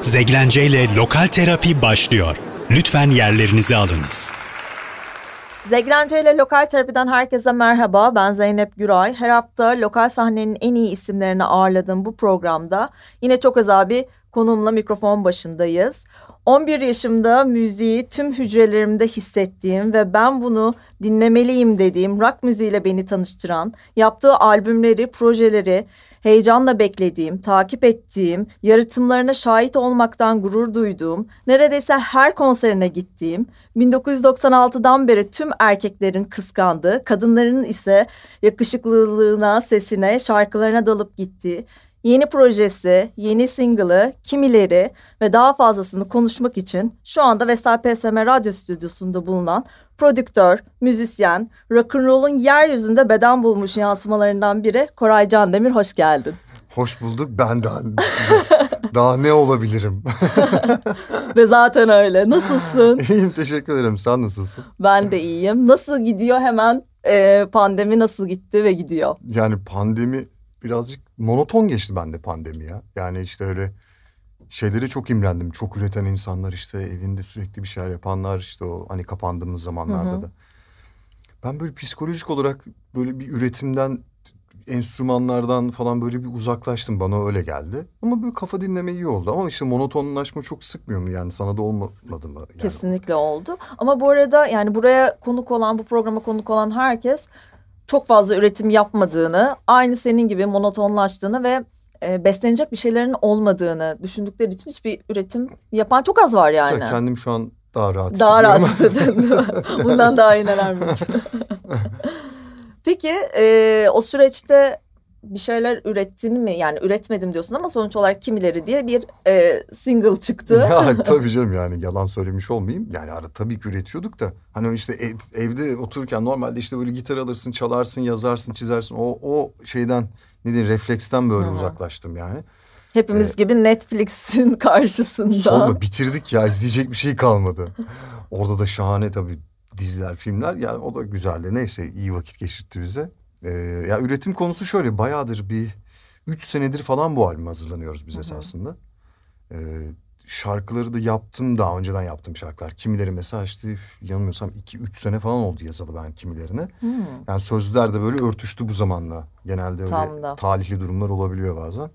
Zeglence ile Lokal Terapi başlıyor. Lütfen yerlerinizi alınız. Zeglence ile Lokal Terapi'den herkese merhaba. Ben Zeynep Güray. Her hafta lokal sahnenin en iyi isimlerini ağırladığım bu programda yine çok özel bir konuğumla mikrofon başındayız. 11 yaşımda müziği tüm hücrelerimde hissettiğim ve ben bunu dinlemeliyim dediğim rock müziğiyle beni tanıştıran, yaptığı albümleri, projeleri heyecanla beklediğim, takip ettiğim, yaratımlarına şahit olmaktan gurur duyduğum, neredeyse her konserine gittiğim, 1996'dan beri tüm erkeklerin kıskandığı, kadınların ise yakışıklılığına, sesine, şarkılarına dalıp gittiği, yeni projesi, yeni single'ı, kimileri ve daha fazlasını konuşmak için şu anda Vestel PSM Radyo Stüdyosu'nda bulunan prodüktör, müzisyen, rock'n'roll'un yeryüzünde beden bulmuş yansımalarından biri Koray Candemir, hoş geldin. Hoş bulduk. Ben daha ne olabilirim? Ve zaten öyle. Nasılsın? İyiyim, teşekkür ederim. Sen nasılsın? Ben de iyiyim. Nasıl gidiyor hemen pandemi nasıl gitti ve gidiyor? Yani pandemi birazcık monoton geçti bende pandemi ya. Yani işte öyle şeyleri çok imrendim. Çok üreten insanlar, işte evinde sürekli bir şeyler yapanlar, işte o hani kapandığımız zamanlarda da. Ben böyle psikolojik olarak böyle bir üretimden, enstrümanlardan falan böyle bir uzaklaştım. Bana öyle geldi. Ama böyle kafa dinleme iyi oldu. Ama işte monotonlaşma çok sıkmıyor mu? Yani sana da olmadı mı? Yani... Kesinlikle oldu. Ama bu arada yani buraya konuk olan, bu programa konuk olan herkes çok fazla üretim yapmadığını, aynı senin gibi monotonlaştığını ve beslenecek bir şeylerin olmadığını düşündükleri için hiçbir üretim yapan çok az var yani. Güzel, kendim şu an daha rahat hissediyorum. Daha rahat hissediyorum. Bundan daha iyi neler mümkün. Peki o süreçte bir şeyler ürettin mi? Yani üretmedim diyorsun ama sonuç olarak kimileri diye bir single çıktı. Ya tabii canım, yani yalan söylemiş olmayayım. Yani tabii ki üretiyorduk da. Hani işte evde otururken normalde işte böyle gitar alırsın, çalarsın, yazarsın, çizersin. O şeyden, ne diyeyim, refleksten böyle uzaklaştım yani. Hepimiz gibi Netflix'in karşısında. Sonra bitirdik ya, izleyecek bir şey kalmadı. Orada da şahane tabii diziler, filmler, yani o da güzeldi. Neyse, iyi vakit geçirtti bize. Ya üretim konusu şöyle, bayağıdır bir 3 senedir falan bu albüm hazırlanıyoruz biz esasında. Şarkıları da yaptım, daha önceden yaptığım şarkılar. Kimileri mesela işte yanılmıyorsam 2-3 sene falan oldu yazalı ben kimilerini. Yani sözler de böyle örtüştü bu zamanla. Genelde öyle talihli durumlar olabiliyor bazen.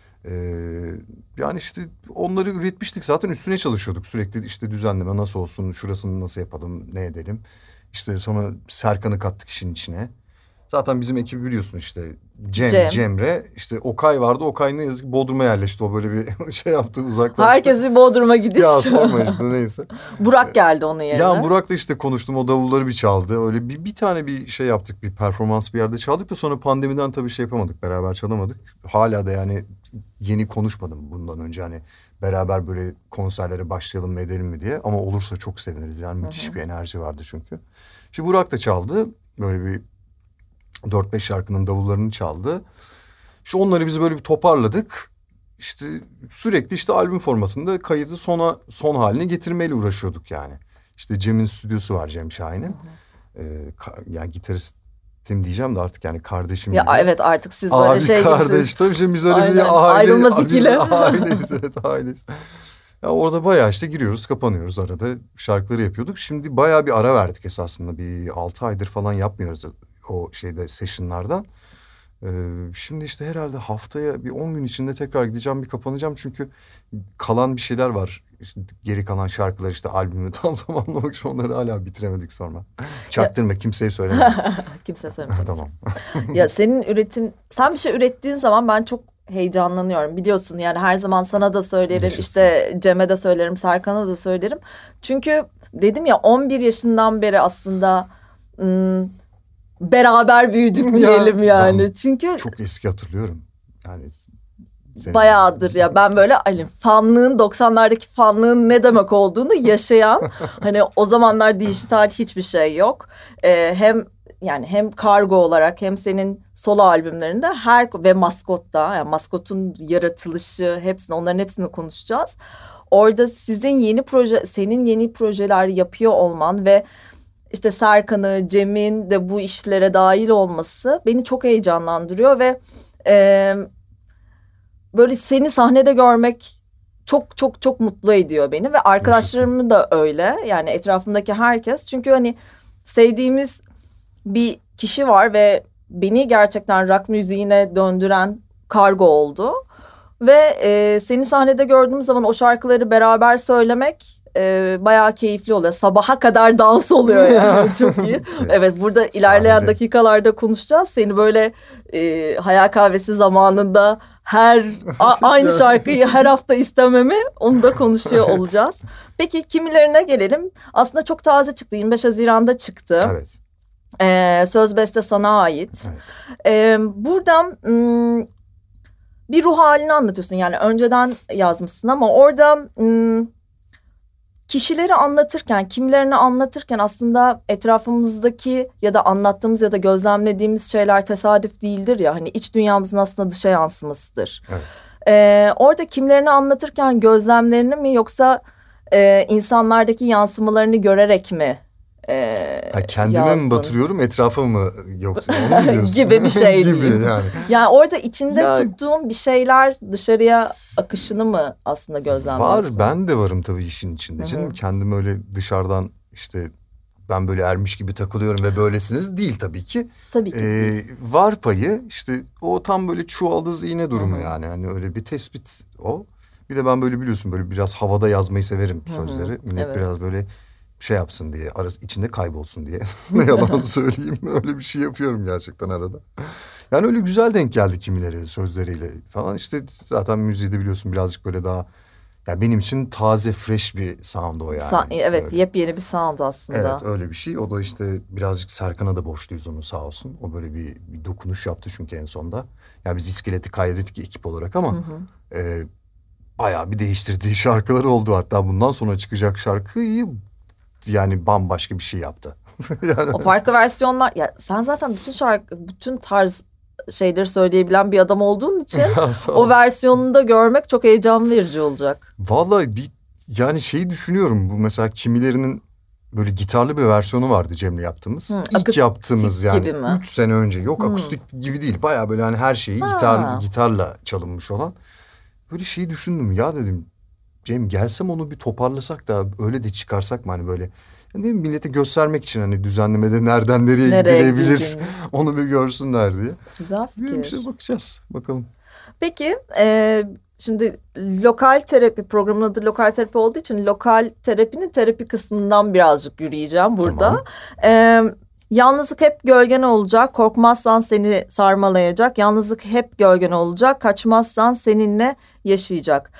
Yani işte onları üretmiştik, zaten üstüne çalışıyorduk sürekli, işte düzenleme nasıl olsun, şurasını nasıl yapalım, ne edelim. İşte sonra Serkan'ı kattık işin içine. Zaten bizim ekibi biliyorsun, işte Cemre, işte Okay vardı. Okay ne yazık ki Bodrum'a yerleşti. O böyle bir şey yaptı, uzaklaştı. Herkes bir Bodrum'a gidiş. Ya sorma işte, neyse. Burak geldi onun yerine. Ya Burak'la işte konuştum, o davulları bir çaldı. Öyle bir tane bir şey yaptık, bir performans bir yerde çaldık da sonra pandemiden tabii şey yapamadık, beraber çalamadık. Hala da yani yeni konuşmadım bundan önce, hani beraber böyle konserlere başlayalım mı edelim mi diye. Ama olursa çok seviniriz yani, müthiş bir enerji vardı çünkü. Şimdi Burak da çaldı, böyle bir 4-5 şarkının davullarını çaldı. Şu onları biz böyle bir toparladık. İşte sürekli işte albüm formatında kaydı son haline getirmeyle uğraşıyorduk yani. İşte Cem'in stüdyosu var, Cem Şahin'in. Yani gitaristim diyeceğim de artık, yani kardeşim ya gibi. Evet, artık siz böyle abi, şey kardeş gibisiniz. tabii, şimdi biz öyle bir ayrılmaz ikili. Aileyiz, evet, aileyiz. Ya orada bayağı işte giriyoruz, kapanıyoruz, arada şarkıları yapıyorduk. Şimdi bayağı bir ara verdik esasında, bir 6 aydır falan yapmıyoruz o şeyde, session'larda. Şimdi işte herhalde haftaya bir 10 gün içinde tekrar gideceğim, bir kapanacağım. Çünkü kalan bir şeyler var. İşte geri kalan şarkılar, işte albümü tamamlamak için, onları hala bitiremedik sonra. Çaktırma, kimseye söyleme. Kimseye söylemeyeceğim. Tamam. Ya sen bir şey ürettiğin zaman ben çok heyecanlanıyorum, biliyorsun. Yani her zaman sana da söylerim, Yaşasın. işte Cem'e de söylerim, Serkan'a da söylerim. Çünkü dedim ya, 11 yaşından beri aslında beraber büyüdük diyelim yani. Çünkü çok eski hatırlıyorum. Yani bayağıdır ya, ben böyle hani fanlığın, 90'lardaki fanlığın ne demek olduğunu yaşayan, hani o zamanlar dijital hiçbir şey yok. Hem kargo olarak hem senin solo albümlerinde ve Maskot'ta, yani Maskot'un yaratılışı, onların hepsini konuşacağız. Orada senin yeni projeler yapıyor olman ve işte Serkan'ı, Cem'in de bu işlere dahil olması beni çok heyecanlandırıyor ve böyle seni sahnede görmek çok çok çok mutlu ediyor beni ve arkadaşlarımı da öyle. Yani etrafımdaki herkes. Çünkü hani sevdiğimiz bir kişi var ve beni gerçekten rock müziğine döndüren Kargo oldu. Ve seni sahnede gördüğüm zaman o şarkıları beraber söylemek bayağı keyifli oluyor. Sabaha kadar dans oluyor yani. Çok iyi. Evet, burada ilerleyen dakikalarda konuşacağız. Seni böyle hayal kahvesi zamanında aynı şarkıyı her hafta istememi, onu da konuşuyor olacağız. Peki kimilerine gelelim. Aslında çok taze çıktı. 25 Haziran'da çıktı. Evet. Söz beste sana ait. Evet. Buradan bir ruh halini anlatıyorsun. Yani önceden yazmışsın ama orada kişileri anlatırken, kimilerini anlatırken aslında etrafımızdaki ya da anlattığımız ya da gözlemlediğimiz şeyler tesadüf değildir ya. Hani iç dünyamızın aslında dışa yansımasıdır. Evet. Orada kimilerini anlatırken gözlemlerini mi yoksa insanlardaki yansımalarını görerek mi kendime yazdın? mi batırıyorum, etrafa mı, yoksa onu mu diyorsun? Gibi bir şey gibi diyeyim. yani. Yani orada içinde tuttuğum bir şeyler dışarıya akışını mı aslında gözlemliyorsun? Var, ben de varım tabii işin içinde canım. Kendim öyle dışarıdan işte ben böyle ermiş gibi takılıyorum ve böylesiniz değil tabii ki. Tabii ki. Var payı, işte o tam böyle çuvaldız iğne durumu yani. Hani öyle bir tespit o. Bir de ben böyle biliyorsun böyle biraz havada yazmayı severim sözleri. Millet biraz böyle şey yapsın diye, içinde kaybolsun diye. Ne yalan söyleyeyim, öyle bir şey yapıyorum gerçekten arada. Yani öyle güzel denk geldi kimileri sözleriyle falan. İşte zaten müziği de biliyorsun birazcık böyle daha, yani benim için taze, fresh bir sound o yani. Evet, öyle. Yepyeni bir sound aslında. Evet, öyle bir şey. O da işte birazcık Serkan'a da borçluyuz onu, sağ olsun. O böyle bir dokunuş yaptı çünkü en sonda. Yani biz iskeleti kaydettik ekip olarak ama bayağı bir değiştirdiği şarkıları oldu. Hatta bundan sonra çıkacak şarkıyı yani bambaşka bir şey yaptı. Yani o farklı versiyonlar, ya sen zaten bütün tarz şeyleri söyleyebilen bir adam olduğun için o versiyonunu da görmek çok heyecan verici olacak. Vallahi yani şeyi düşünüyorum, bu mesela kimilerinin böyle gitarlı bir versiyonu vardı Cem'le yaptığımız. İlk yaptığımız yani 3 sene önce. Yok, akustik gibi değil, bayağı böyle hani her şeyi gitarla çalınmış olan. Böyle şeyi düşündüm ya, dedim Cem gelsem onu bir toparlasak da öyle de çıkarsak mı, hani böyle yani değil mi, millete göstermek için hani düzenlemede nereden nereye gidilebilir onu bir görsünler diye. Güzel fikir. Bir şey bakacağız bakalım. Peki şimdi lokal terapi, programın adı lokal terapi olduğu için lokal terapinin terapi kısmından birazcık yürüyeceğim burada. Tamam. Yalnızlık hep gölgen olacak, korkmazsan seni sarmalayacak. Yalnızlık hep gölgen olacak, kaçmazsan seninle yaşayacak.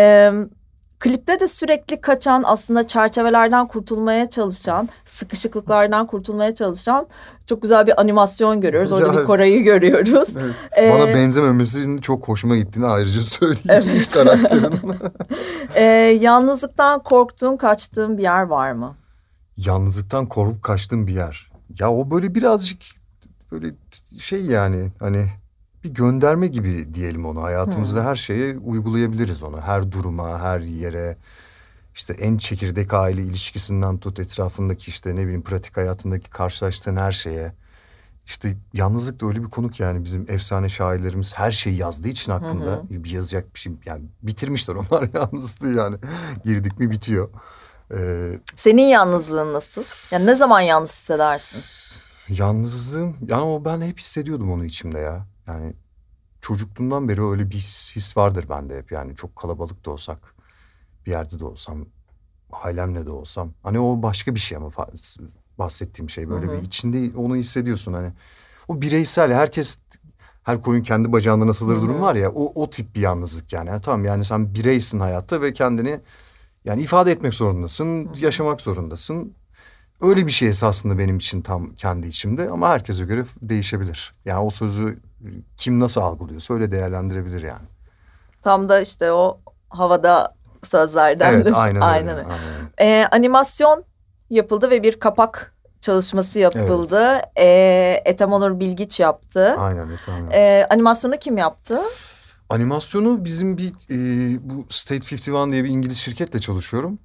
Klipte de sürekli kaçan, aslında çerçevelerden kurtulmaya çalışan, sıkışıklıklardan kurtulmaya çalışan çok güzel bir animasyon görüyoruz. Orada bir Koray'ı görüyoruz. Evet. Bana benzememesinin çok hoşuma gittiğini ayrıca söyleyeyim karakterin. Yalnızlıktan korktuğun, kaçtığın bir yer var mı? Yalnızlıktan korkup kaçtığım bir yer. Ya o böyle birazcık böyle şey yani hani bir gönderme gibi diyelim onu. Hayatımızda her şeye uygulayabiliriz onu. Her duruma, her yere. İşte en çekirdek aile ilişkisinden tut, etrafındaki işte ne bileyim pratik hayatındaki karşılaştığın her şeye. İşte yalnızlık da öyle bir konuk yani, bizim efsane şairlerimiz her şeyi yazdığı için hakkında bir yazacak bir şey yani bitirmişler onlar yalnızlığı yani. Girdik mi bitiyor. Senin yalnızlığın nasıl? Yani ne zaman yalnız hissedersin? Yalnızlığım yani ben hep hissediyordum onu içimde ya. Yani çocukluğumdan beri öyle bir his vardır bende hep. Yani çok kalabalık da olsak, bir yerde de olsam, ailemle de olsam. Hani o başka bir şey ama bahsettiğim şey böyle bir içinde onu hissediyorsun hani. O bireysel, her koyun kendi bacağında nasıldır durum var ya, o tip bir yalnızlık yani. Tamam yani sen bireysin hayatta ve kendini yani ifade etmek zorundasın, yaşamak zorundasın. Öyle bir şey esasında benim için tam kendi içimde ama herkese göre değişebilir. Yani o sözü kim nasıl algılıyorsa öyle değerlendirebilir yani. Tam da işte o havada sözlerden. Evet, aynen öyle. Animasyon yapıldı ve bir kapak çalışması yapıldı. Evet. Ethem Onur Bilgiç yaptı. Aynen. Animasyonu kim yaptı? Animasyonu bizim bu State 51 diye bir İngiliz şirketle çalışıyorum.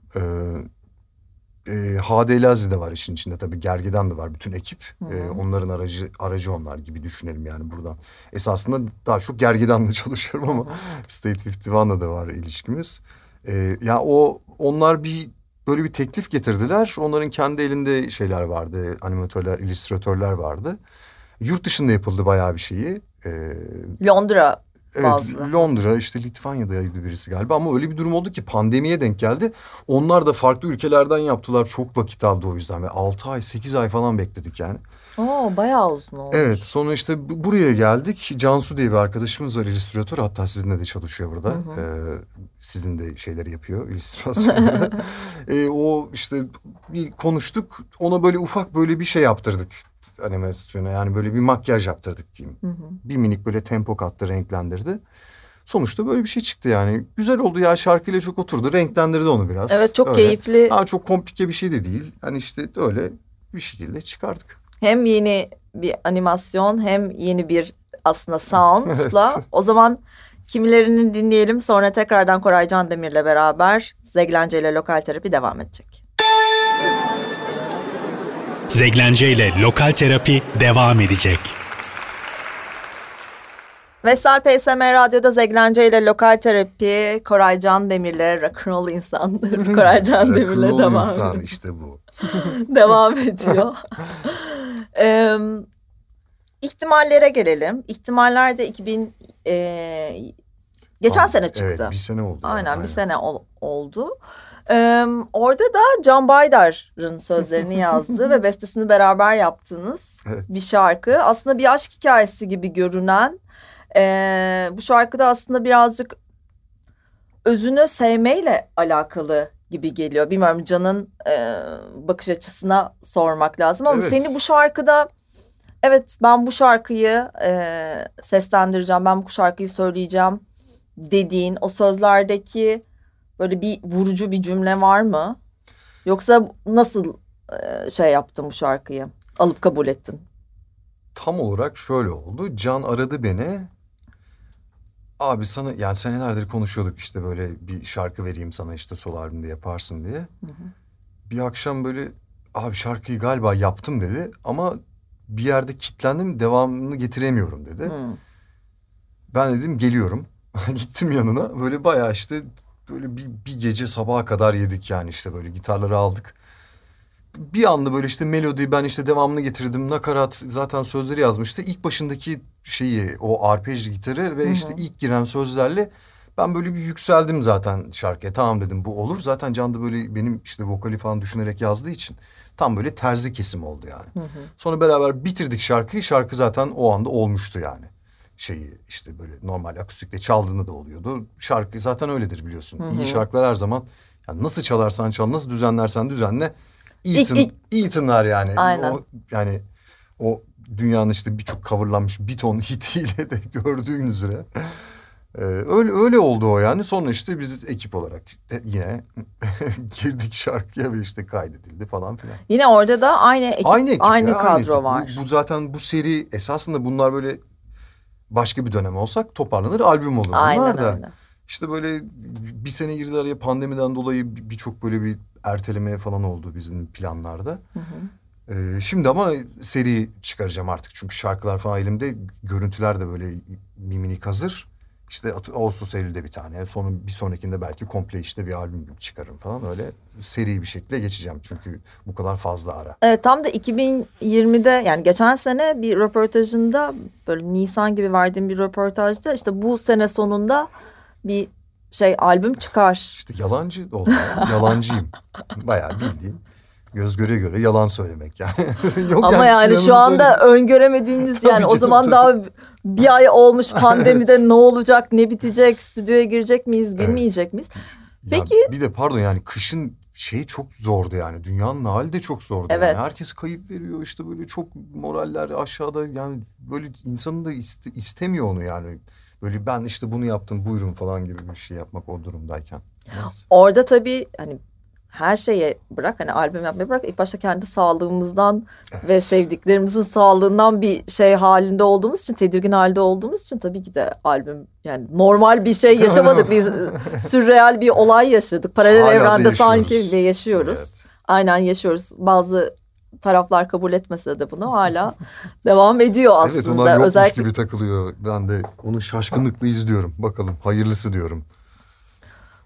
HD Lazi de var işin içinde tabii, Gergedan da var, bütün ekip. Onların aracı onlar gibi düşünelim yani buradan. Esasında daha çok Gergedan'la çalışıyorum ama State 51'la da var ilişkimiz. Ya onlar böyle bir teklif getirdiler. Onların kendi elinde şeyler vardı. Animatörler, illüstratörler vardı. Yurt dışında yapıldı bayağı bir şeyi. Londra Evet, bazı. Londra, işte Litvanya'daydı birisi galiba, ama öyle bir durum oldu ki pandemiye denk geldi. Onlar da farklı ülkelerden yaptılar. Çok vakit aldı o yüzden. Ve 6 ay 8 ay falan bekledik yani. Bayağı uzun olmuş. Evet, sonra işte buraya geldik. Cansu diye bir arkadaşımız var, illüstratör. Hatta sizinle de çalışıyor burada. Sizin de şeyleri yapıyor, illüstrasyonları. O işte bir konuştuk. Ona böyle ufak böyle bir şey yaptırdık animasyona. Yani böyle bir makyaj yaptırdık diyeyim. Bir minik böyle tempo kattı, renklendirdi. Sonuçta böyle bir şey çıktı yani. Güzel oldu ya, şarkıyla çok oturdu. Renklendirdi onu biraz. Evet, çok öyle. keyifli. Çok komplike bir şey de değil. Hani işte öyle bir şekilde çıkardık. Hem yeni bir animasyon hem yeni bir aslında sound'la. Evet. O zaman kimilerini dinleyelim, sonra tekrardan Koray Candemir'le beraber Zeglence ile Lokal Terapi devam edecek. Zeglence ile Lokal Terapi devam edecek. Vesel PSM Radyo'da Zeglence ile Lokal Terapi, Koray Candemir'le rock'n'roll insan Koray Candemir'le devam insan ediyor. işte bu. Devam ediyor. İhtimallere gelelim. İhtimaller de geçen sene çıktı. Evet, bir sene oldu. Aynen. Bir sene oldu. Orada da Can Baydar'ın sözlerini yazdığı ve bestesini beraber yaptığınız bir şarkı. Aslında bir aşk hikayesi gibi görünen, bu şarkıda aslında birazcık özünü sevmeyle alakalı gibi geliyor. Bilmiyorum, Can'ın bakış açısına sormak lazım ama seni bu şarkıda, evet ben bu şarkıyı seslendireceğim, ben bu şarkıyı söyleyeceğim dediğin o sözlerdeki böyle bir vurucu bir cümle var mı? Yoksa nasıl şey yaptın bu şarkıyı? Alıp kabul ettin? Tam olarak şöyle oldu. Can aradı beni. Abi sana, yani senelerdir konuşuyorduk işte, böyle bir şarkı vereyim sana işte solo albümde yaparsın diye. Bir akşam böyle, abi şarkıyı galiba yaptım dedi ama bir yerde kilitlendim, devamını getiremiyorum dedi. Ben dedim geliyorum. Gittim yanına, böyle bayağı işte böyle bir gece sabaha kadar yedik yani, işte böyle gitarları aldık. Bir anda böyle işte melodiyi ben işte devamını getirdim. Nakarat zaten sözleri yazmıştı. İlk başındaki şeyi, o arpej gitarı ve işte ilk giren sözlerle ben böyle bir yükseldim zaten şarkıya. Tamam dedim, bu olur. Zaten Can da böyle benim işte vokali falan düşünerek yazdığı için tam böyle terzi kesim oldu yani. Sonra beraber bitirdik şarkıyı. Şarkı zaten o anda olmuştu yani. Şeyi işte böyle normal akustikle çaldığında da oluyordu. Şarkı zaten öyledir biliyorsun. İyi şarkılar her zaman, yani nasıl çalarsan çal, nasıl düzenlersen düzenle iyi tınlar yani. Aynen. Yani o dünyanın işte birçok coverlanmış bir ton hitiyle de gördüğün üzere. Öyle oldu o yani. Sonra işte biz ekip olarak yine girdik şarkıya ve işte kaydedildi falan filan. Yine orada da aynı ekip, aynı kadro ekip. var. Bu zaten bu seri esasında, bunlar böyle başka bir dönem olsak toparlanır albüm olur. Aynen da öyle. İşte böyle bir sene girdi araya, pandemiden dolayı birçok böyle bir ertelemeye falan oldu bizim planlarda. Şimdi ama seri çıkaracağım artık. Çünkü şarkılar falan elimde. Görüntüler de böyle minik hazır. İşte Ağustos Eylül'de bir tane. Sonra bir sonrakinde belki komple işte bir albüm çıkarırım falan. Öyle seri bir şekilde geçeceğim. Çünkü bu kadar fazla ara. Evet, tam da 2020'de, yani geçen sene bir röportajında, böyle Nisan gibi verdiğim bir röportajda, işte bu sene sonunda bir albüm çıkar. İşte yalancı oldum. Yalancıyım. Bayağı bildiğin. Göz göre göre yalan söylemek yani. Yok ama yani şu anda öngöremediğimiz yani o zaman daha bir ay olmuş pandemide ne olacak, ne bitecek, stüdyoya girecek miyiz, girmeyecek miyiz? Peki. Bir de pardon, yani kışın çok zordu yani. Dünyanın hali de çok zordu. Evet. Yani herkes kayıp veriyor işte, böyle çok moraller aşağıda, yani böyle insanın da istemiyor onu yani. Böyle ben işte bunu yaptım buyurun falan gibi bir şey yapmak o durumdayken. Neyse. Orada tabii hani her şeye bırak, hani albüm yapmayı bırak, ilk başta kendi sağlığımızdan ve sevdiklerimizin sağlığından bir halinde olduğumuz için, tedirgin halde olduğumuz için tabii ki de albüm, yani normal bir şey yaşamadık. Biz sürreal bir olay yaşadık. Paralel Hala evrende sanki yaşıyoruz. Evet. Aynen yaşıyoruz. Bazı taraflar kabul etmese de bunu hala devam ediyor aslında. Evet, onlar yokmuş özellikle gibi takılıyor. Ben de onu şaşkınlıkla izliyorum. Bakalım hayırlısı diyorum.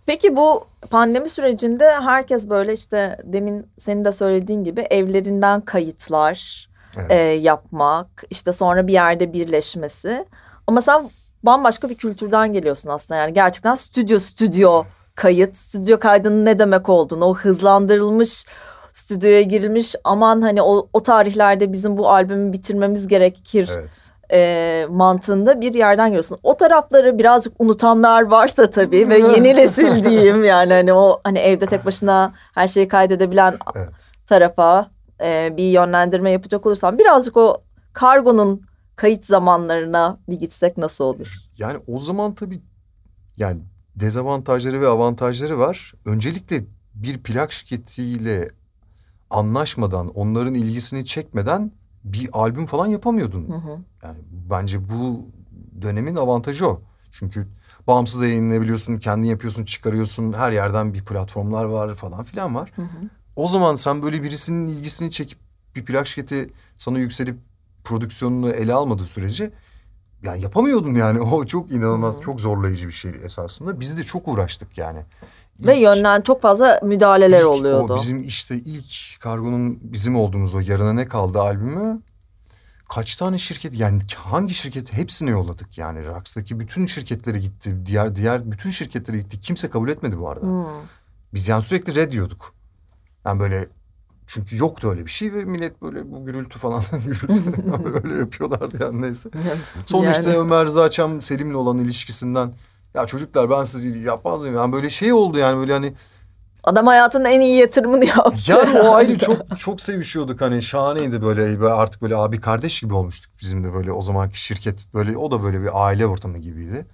Peki bu pandemi sürecinde herkes böyle işte demin senin de söylediğin gibi evlerinden kayıtlar yapmak, işte sonra bir yerde birleşmesi. Ama sen bambaşka bir kültürden geliyorsun aslında, yani gerçekten stüdyo kayıt, stüdyo kaydının ne demek olduğunu, o hızlandırılmış stüdyoya girilmiş, aman hani o tarihlerde bizim bu albümü bitirmemiz gerekir. Evet. Mantığında bir yerden geliyorsun. O tarafları birazcık unutanlar varsa tabii ve yeni nesil diyeyim, yani hani o hani evde tek başına her şeyi kaydedebilen tarafa bir yönlendirme yapacak olursam, birazcık o Kargo'nun kayıt zamanlarına bir gitsek nasıl olur? Yani o zaman tabii yani dezavantajları ve avantajları var. Öncelikle bir plak şirketiyle anlaşmadan, onların ilgisini çekmeden bir albüm falan yapamıyordun. Yani bence bu dönemin avantajı o. Çünkü bağımsız da yayınlayabiliyorsun, kendin yapıyorsun, çıkarıyorsun. Her yerden bir platformlar var falan filan var. O zaman sen böyle birisinin ilgisini çekip bir plak şirketi sana yükselip prodüksiyonunu ele almadığı sürece yani yapamıyordum yani. O çok inanılmaz, çok zorlayıcı bir şey esasında. Biz de çok uğraştık yani. Ve çok fazla müdahaleler oluyordu. O bizim işte ilk Kargo'nun bizim olduğumuz o Yarına Ne Kaldı albümü kaç tane şirket, yani hangi şirket, hepsine yolladık yani. Rocks'taki bütün şirketlere gitti. Diğer bütün şirketlere gitti. Kimse kabul etmedi bu arada. Biz yani sürekli red diyorduk. Yani böyle, çünkü yoktu öyle bir şey ve millet böyle bu gürültü falan öyle yapıyorlardı yani, neyse. Sonra işte Ömer Rıza Çam Selim'le olan ilişkisinden, ya çocuklar ben sizi yapmaz mıyım? Yani böyle şey oldu yani, böyle hani. Adam hayatının en iyi yatırımını yaptı. Yani o ayrı çok sevişiyorduk, hani şahaneydi böyle artık böyle abi kardeş gibi olmuştuk bizim de, böyle o zamanki şirket böyle, o da böyle bir aile ortamı gibiydi.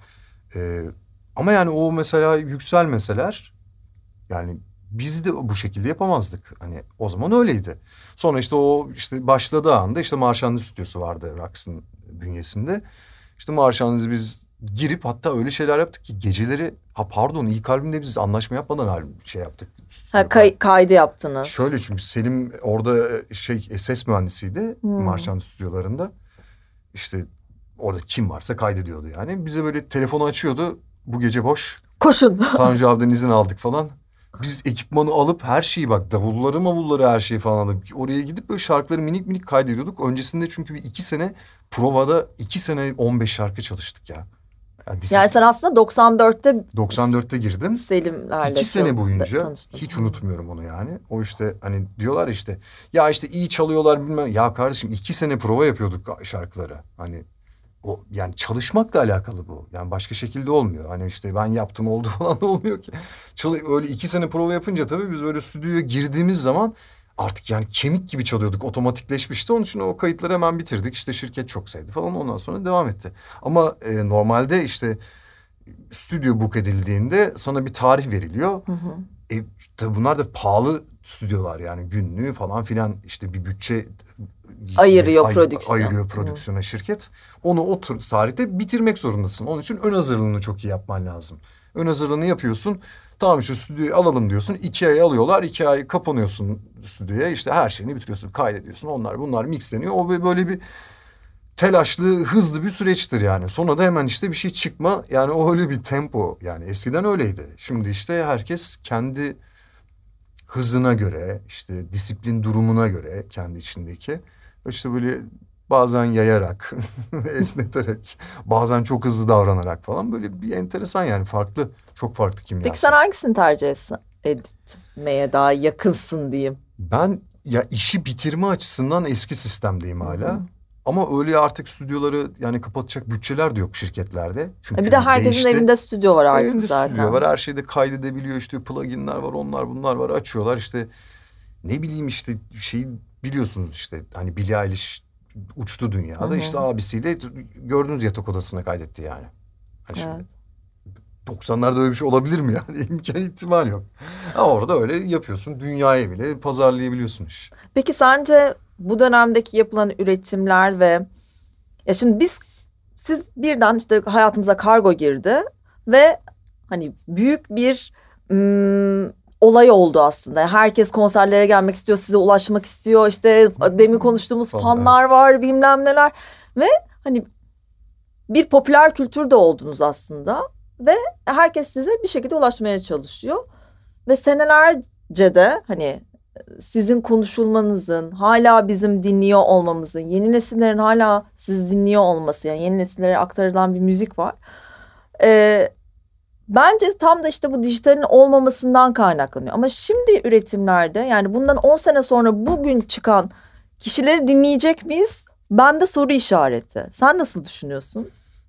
Ama yani o mesela yükselmeseler yani biz de bu şekilde yapamazdık. Hani o zaman öyleydi. Sonra işte o işte başladığı anda işte Marşanlı Stüdyosu vardı Rocks'ın bünyesinde. İşte Marşanlı'yı biz girip hatta öyle şeyler yaptık ki geceleri, ilk albümde biz anlaşma yapmadan albüm şey yaptık. Kaydı yaptınız. Şöyle, çünkü Selim orada ses mühendisiydi Marşanlı stüdyolarında. İşte orada kim varsa kaydediyordu yani. Bize böyle telefonu açıyordu. Bu gece boş. Koşun. Tanju abiden izin aldık falan. Biz ekipmanı alıp her şeyi, bak davulları her şeyi falan alıp oraya gidip böyle şarkıları minik kaydediyorduk. Öncesinde çünkü bir 2 sene provada 2 sene 15 şarkı çalıştık ya. Yani sen aslında 94'te girdim. Selimlerle 2 sene boyunca tanıştım. hiç unutmuyorum onu yani. O işte hani diyorlar işte ya işte iyi çalıyorlar bilmem. Ya kardeşim 2 sene prova yapıyorduk şarkıları. Hani o yani çalışmakla alakalı bu. Yani başka şekilde olmuyor. Hani işte ben yaptım oldu falan olmuyor ki. Öyle 2 sene prova yapınca tabii biz öyle stüdyoya girdiğimiz zaman artık yani kemik gibi çalıyorduk. Otomatikleşmişti. Onun için o kayıtları hemen bitirdik. İşte şirket çok sevdi falan. Ondan sonra devam etti. Ama normalde işte stüdyo book edildiğinde sana bir tarih veriliyor. Tabii bunlar da pahalı stüdyolar yani, günlüğü falan filan, işte bir bütçe ayırıyor prodüksiyona şirket. Onu o tarihte bitirmek zorundasın. Onun için ön hazırlığını çok iyi yapman lazım. Ön hazırlığını yapıyorsun. Tamam işte stüdyoyu alalım diyorsun. 2 ay alıyorlar. 2 ay kapanıyorsun stüdyoya. İşte her şeyini bitiriyorsun. Kaydediyorsun. Bunlar mixleniyor. O böyle bir telaşlı, hızlı bir süreçtir yani. Sonra da hemen işte bir şey çıkma. Yani o öyle bir tempo. Yani eskiden öyleydi. Şimdi işte herkes kendi hızına göre, işte disiplin durumuna göre kendi içindeki, işte böyle bazen yayarak, esneterek, bazen çok hızlı davranarak falan, böyle bir enteresan yani, farklı, çok farklı kimyası. Peki sen hangisini tercih etmeye daha yakınsın diyeyim? Ben ya işi bitirme açısından eski sistemdeyim hala. Ama öyle artık stüdyoları yani kapatacak bütçeler de yok şirketlerde. Çünkü bir de herkesin evinde stüdyo var artık evinde zaten. Stüdyo var, her şeyde kaydedebiliyor, işte pluginler var, onlar bunlar var, açıyorlar işte. Ne bileyim işte biliyorsunuz işte hani Billie Eilish uçtu dünyada, işte abisiyle gördüğünüz yatak odasına kaydetti yani. Hani şimdi 90'larda öyle bir şey olabilir mi yani? İhtimal yok. Ama orada öyle yapıyorsun, dünyaya bile pazarlayabiliyorsun iş. Peki sence bu dönemdeki yapılan üretimler ve ya şimdi siz birden işte hayatımıza Kargo girdi ve hani büyük bir olay oldu aslında. Herkes konserlere gelmek istiyor, size ulaşmak istiyor. İşte demin konuştuğumuz fanlar var, bilmem neler ve hani bir popüler kültür de oldunuz aslında. ve herkes size bir şekilde ulaşmaya çalışıyor. Ve senelerce de hani sizin konuşulmanızın, hala bizim dinliyor olmamızın, yeni nesillerin hala sizi dinliyor olması, yani yeni nesillere aktarılan bir müzik var. Bence tam da işte bu dijitalin olmamasından kaynaklanıyor. Ama şimdi üretimlerde, yani bundan 10 sene sonra bugün çıkan kişileri dinleyecek miyiz? Bende soru işareti. Sen nasıl düşünüyorsun?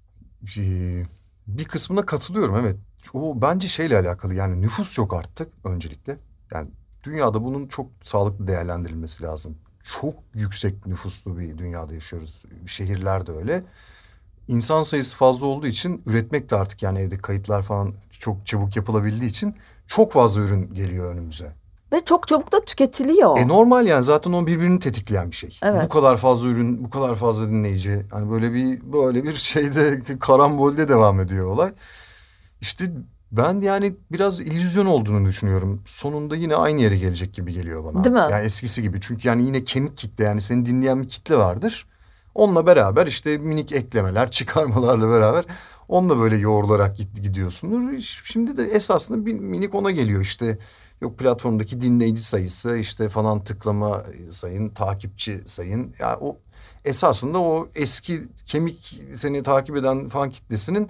Bir kısmına katılıyorum, evet. O bence şeyle alakalı, yani nüfus çok arttı öncelikle. Yani dünyada bunun çok sağlıklı değerlendirilmesi lazım. Çok yüksek nüfuslu bir dünyada yaşıyoruz. Şehirler de öyle. İnsan sayısı fazla olduğu için üretmek de artık, yani evde kayıtlar falan çok çabuk yapılabildiği için çok fazla ürün geliyor önümüze. Ve çok çabuk da tüketiliyor. Normal, yani zaten o birbirini tetikleyen bir şey. Evet. Bu kadar fazla ürün, bu kadar fazla dinleyici. Hani böyle bir şeyde, karambolde devam ediyor olay. İşte ben yani biraz illüzyon olduğunu düşünüyorum. Sonunda yine aynı yere gelecek gibi geliyor bana. Değil mi? Yani eskisi gibi. Çünkü yani yine kemik kitle, yani seni dinleyen bir kitle vardır. Onunla beraber işte minik eklemeler, çıkarmalarla beraber onunla böyle yoğrularak gidiyorsundur. Şimdi de esasında bir minik ona geliyor işte. Yok platformdaki dinleyici sayısı, işte falan tıklama sayın, takipçi sayın. Ya o esasında o eski kemik seni takip eden fan kitlesinin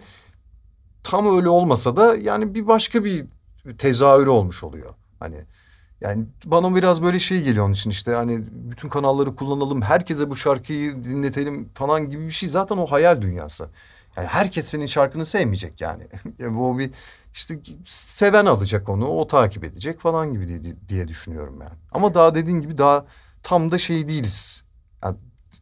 tam öyle olmasa da yani bir başka bir tezahürü olmuş oluyor. Hani yani bana biraz böyle şey geliyor onun için, işte hani bütün kanalları kullanalım, herkese bu şarkıyı dinletelim falan gibi bir şey, zaten o hayal dünyası. Yani herkes senin şarkını sevmeyecek yani. Bu bir işte seven alacak onu, o takip edecek falan gibi diye düşünüyorum yani. Ama daha dediğin gibi daha tam da şey değiliz. Yani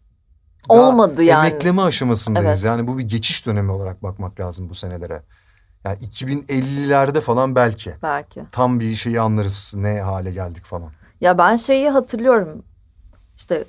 olmadı yani. Emekleme aşamasındayız. Evet. Yani bu bir geçiş dönemi olarak bakmak lazım bu senelere. Yani 2050'lerde falan belki. Belki. Tam bir şeyi anlarız, ne hale geldik falan. Ya ben şeyi hatırlıyorum. İşte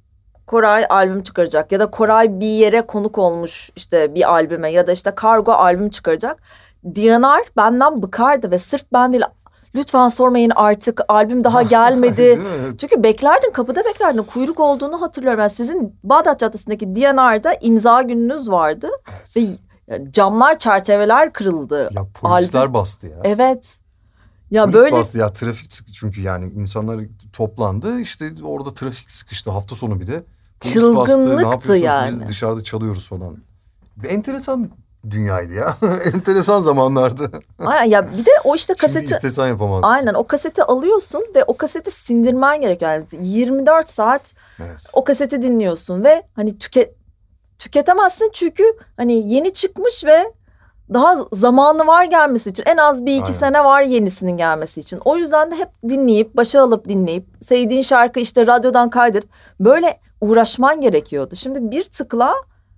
Koray albüm çıkaracak ya da Koray bir yere konuk olmuş işte bir albüme ya da işte Kargo albüm çıkaracak. Diyanar benden bıkardı ve sırf ben değil, lütfen sormayın artık, albüm daha gelmedi. Çünkü beklerdin, kapıda beklerdin, kuyruk olduğunu hatırlıyorum. Yani sizin Bağdat Caddesi'ndeki Diyanar'da imza gününüz vardı. Evet. Ve camlar, çerçeveler kırıldı. Ya polisler bastı ya. Evet. Ya Polis böyle bastı ya, trafik sıkı çünkü yani insanlar toplandı, işte orada trafik sıkıştı, hafta sonu bir de. Polis bastı, ne çılgınlıktı yapıyorsunuz yani. biz dışarıda çalıyoruz falan. Bir enteresan dünyaydı ya. Enteresan zamanlardı. Aynen ya, bir de o işte kaseti. Şimdi istesen yapamazsın. Aynen, o kaseti alıyorsun ve o kaseti sindirmen gerekiyor. Yani 24 saat Evet. o kaseti dinliyorsun ve hani tüketemezsin çünkü hani yeni çıkmış ve daha zamanı var gelmesi için. En az bir iki Aynen. sene var yenisinin gelmesi için. O yüzden de hep dinleyip, başa alıp dinleyip, sevdiğin şarkı işte radyodan kaydedip böyle uğraşman gerekiyordu. Şimdi bir tıkla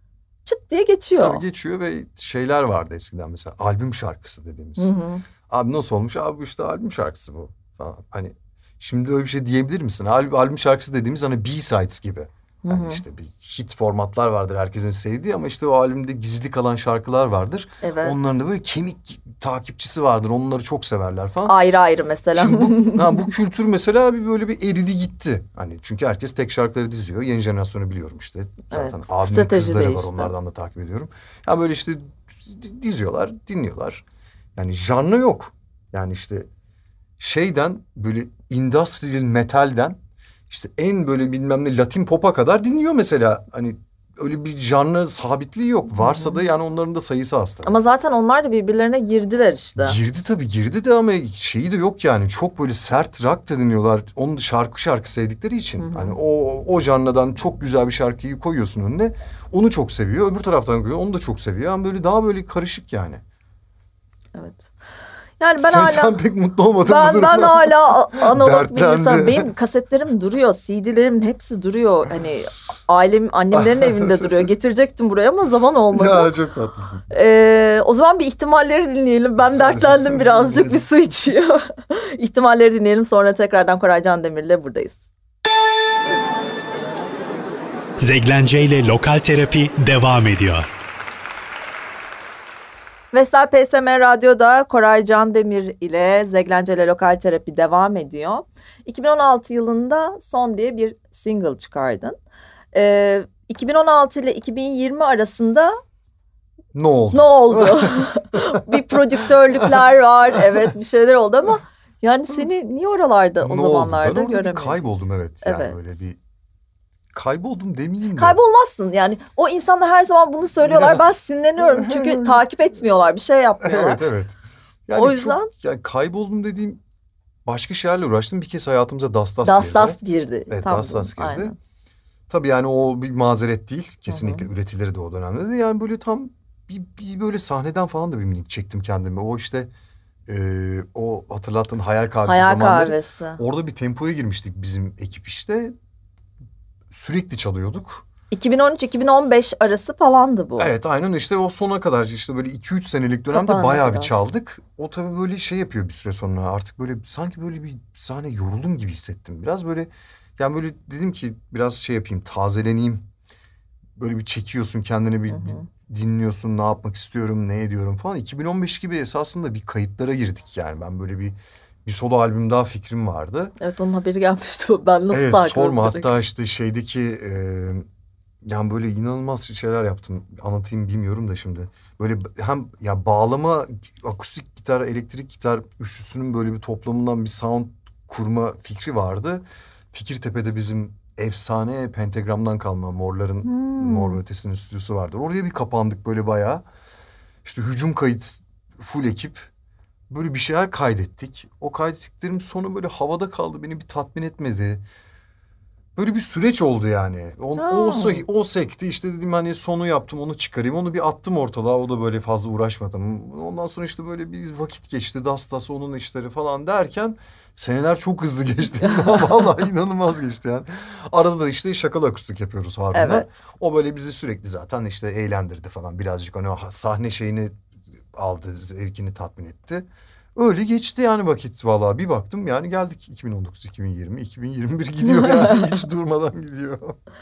çıt diye geçiyor. Tabii geçiyor ve şeyler vardı eskiden, mesela albüm şarkısı dediğimiz. Hı. Abi nasıl olmuş? Abi işte albüm şarkısı bu falan. Hani şimdi öyle bir şey diyebilir misin? Albüm şarkısı dediğimiz hani B-sides gibi. Yani işte bir hit formatlar vardır herkesin sevdiği, ama işte o albümde gizli kalan şarkılar vardır. Evet. Onların da böyle kemik takipçisi vardır. Onları çok severler falan. Ayrı ayrı mesela. Şimdi bu kültür mesela böyle bir eridi gitti. Hani çünkü herkes tek şarkıları diziyor. Yeni jenerasyonu biliyorum işte. Zaten Evet, abimin strateji kızları değişti. var, onlardan da takip ediyorum. Ya böyle işte diziyorlar, dinliyorlar. Yani janra yok. Yani işte şeyden böyle industrial metalden işte en böyle bilmem ne Latin pop'a kadar dinliyor mesela. Hani öyle bir janra sabitliği yok. Varsa da yani onların da sayısı az tabii. Ama zaten onlar da birbirlerine girdiler işte. Girdi de ama şeyi de yok yani. Çok böyle sert rock da dinliyorlar. Onu şarkı sevdikleri için. Hani o janradan çok güzel bir şarkıyı koyuyorsun önüne. Onu çok seviyor. Öbür taraftan koyuyor. Onu da çok seviyor. Yani böyle daha böyle karışık yani. Evet. Yani ben Sen pek mutlu olmadın bu durumda. Ben hala analog bir Dertlendi. insan. Benim kasetlerim duruyor, CD'lerim hepsi duruyor. Hani annemlerin evinde duruyor. Getirecektim buraya ama zaman olmadı. Ya çok tatlısın. O zaman bir ihtimalleri dinleyelim. Ben dertlendim birazcık, bir su içiyor. İhtimalleri dinleyelim, sonra tekrardan Koray Candemir'le buradayız. Zeglence ile Lokal Terapi devam ediyor. Vestel PSM Radyo'da Koray Candemir ile Zeglence ile Lokal Terapi devam ediyor. 2016 yılında Son diye bir single çıkardın. 2016 ile 2020 arasında Ne oldu? Ne oldu? Bir prodüktörlükler var. Evet, bir şeyler oldu ama yani seni niye oralarda o Ne oldu? zamanlarda Ben orada bir göremiyorum. kayboldum evet. Yani Evet. öyle bir kayboldum demeyeyim de. Kaybolmazsın yani. O insanlar her zaman bunu söylüyorlar. Ben sinirleniyorum çünkü takip etmiyorlar, bir şey yapmıyorlar. Evet evet. Yani O yüzden çok, yani kayboldum dediğim başka şeylerle uğraştım. Bir kez hayatımıza Das Das girdi. girdi. Evet, Tam Das girdi. aynen. Tabii yani o bir mazeret değil. Kesinlikle üretileri de o dönemde de. Yani böyle tam bir böyle sahneden falan da bir minik çektim kendimi. O işte o hatırlattığın Hayal Kahvesi Hayal zamanları. Kahvesi. Orada bir tempoya girmiştik bizim ekip işte. Sürekli çalıyorduk. 2013-2015 arası falandı bu. Evet aynen işte o sona kadar işte böyle 2-3 senelik dönemde Kapanana bayağı kadar. bir çaldık. O tabii böyle şey yapıyor bir süre sonra artık böyle sanki böyle bir sahne yoruldum gibi hissettim. Biraz böyle yani böyle dedim ki biraz şey yapayım tazeleneyim. Böyle bir çekiyorsun kendini bir dinliyorsun ne yapmak istiyorum ne ediyorum falan. 2015 gibi esasında bir kayıtlara girdik yani ben böyle bir solo albüm daha fikrim vardı. Evet, onun haberi gelmişti. Ben nasıl Evet takip sorma direkt. hatta işte şeydeki yani böyle inanılmaz şeyler yaptım. Anlatayım bilmiyorum da şimdi. Böyle hem ya bağlama, akustik gitar, elektrik gitar üçlüsünün böyle bir toplamından bir sound kurma fikri vardı. Fikirtepe'de bizim efsane Pentagram'dan kalma Morların Mor ve Ötesi'nin stüdyosu vardı. Oraya bir kapandık böyle bayağı. İşte hücum kayıt full ekip. Böyle bir şeyler kaydettik. O kaydettiklerim sonu böyle havada kaldı. Beni bir tatmin etmedi. Böyle bir süreç oldu yani. O sekti işte dedim hani sonu yaptım onu çıkarayım. Onu bir attım ortalığa o da böyle fazla uğraşmadım. Ondan sonra işte böyle bir vakit geçti. Das onun işleri falan derken seneler çok hızlı geçti. Vallahi inanılmaz geçti yani. Arada da işte şakalı akustik yapıyoruz Harun'la. Evet. O böyle bizi sürekli zaten işte eğlendirdi falan. Birazcık hani o sahne şeyini aldı, zevkini tatmin etti. Öyle geçti yani vakit vallahi bir baktım yani geldik 2019, 2020, 2021 gidiyor yani hiç durmadan gidiyor.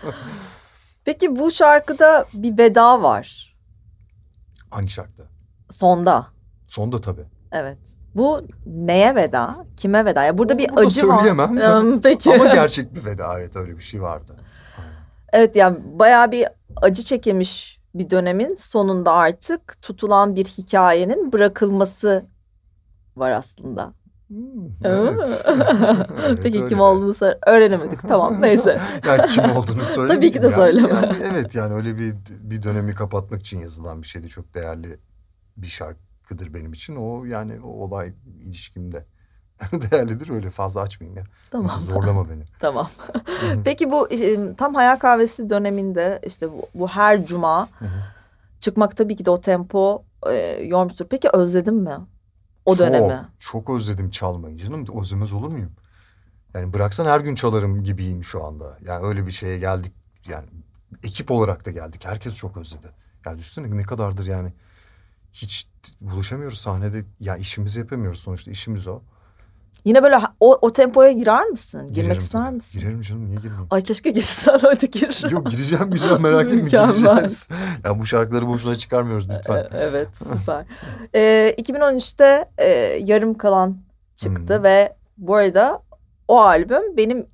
Peki bu şarkıda bir veda var. Hangi şarkıda? Sonda. Sonda tabii. Evet. Bu neye veda? Kime veda? Yani burada bir Burada acı var. söyleyemem. Peki. Ama gerçek bir veda evet öyle bir şey vardı. Evet yani bayağı bir acı çekilmiş bir dönemin sonunda artık tutulan bir hikayenin bırakılması var aslında. Evet. Evet, Peki öyle. kim olduğunu öğrenemedik. Tamam neyse. Yani kim olduğunu söyleyeyim. Tabii ki de söyleme. Yani, evet yani öyle bir dönemi kapatmak için yazılan bir şeydi. Çok değerli bir şarkıdır benim için. O yani o olay ilişkimde değerlidir. Öyle fazla açmayayım ya. Tamam. Neyse, zorlama beni. Tamam. Peki bu tam Hayal Kahvesi döneminde işte bu her cuma çıkmak tabii ki de o tempo yormuştur. Peki özledin mi o dönemi? Çok özledim çalmayı canım. Özlemez olur muyum? Yani bıraksan her gün çalarım gibiyim şu anda. Yani öyle bir şeye geldik. Yani ekip olarak da geldik. Herkes çok özledi. Yani düşünsene ne kadardır yani. Hiç buluşamıyoruz sahnede. Ya işimizi yapamıyoruz sonuçta. İşimiz o. Yine böyle o tempoya girer misin? Girmek Girerim ister tabii. misin? Girerim canım niye girmeyeyim? Ay keşke girsen, hadi gir. Yok gireceğim merak etme Mükemmel. gireceğiz. Ya bu şarkıları boşuna çıkarmıyoruz lütfen. Evet süper. 2013'te Yarım Kalan çıktı ve bu arada o albüm benim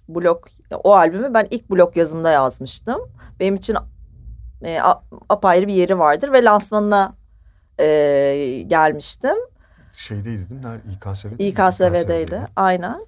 o albümü ben ilk blog yazımda yazmıştım. Benim için apayrı bir yeri vardır ve lansmanına gelmiştim. Şeydeydi değil mi? İKSV'deydi. İKSV'deydi aynen.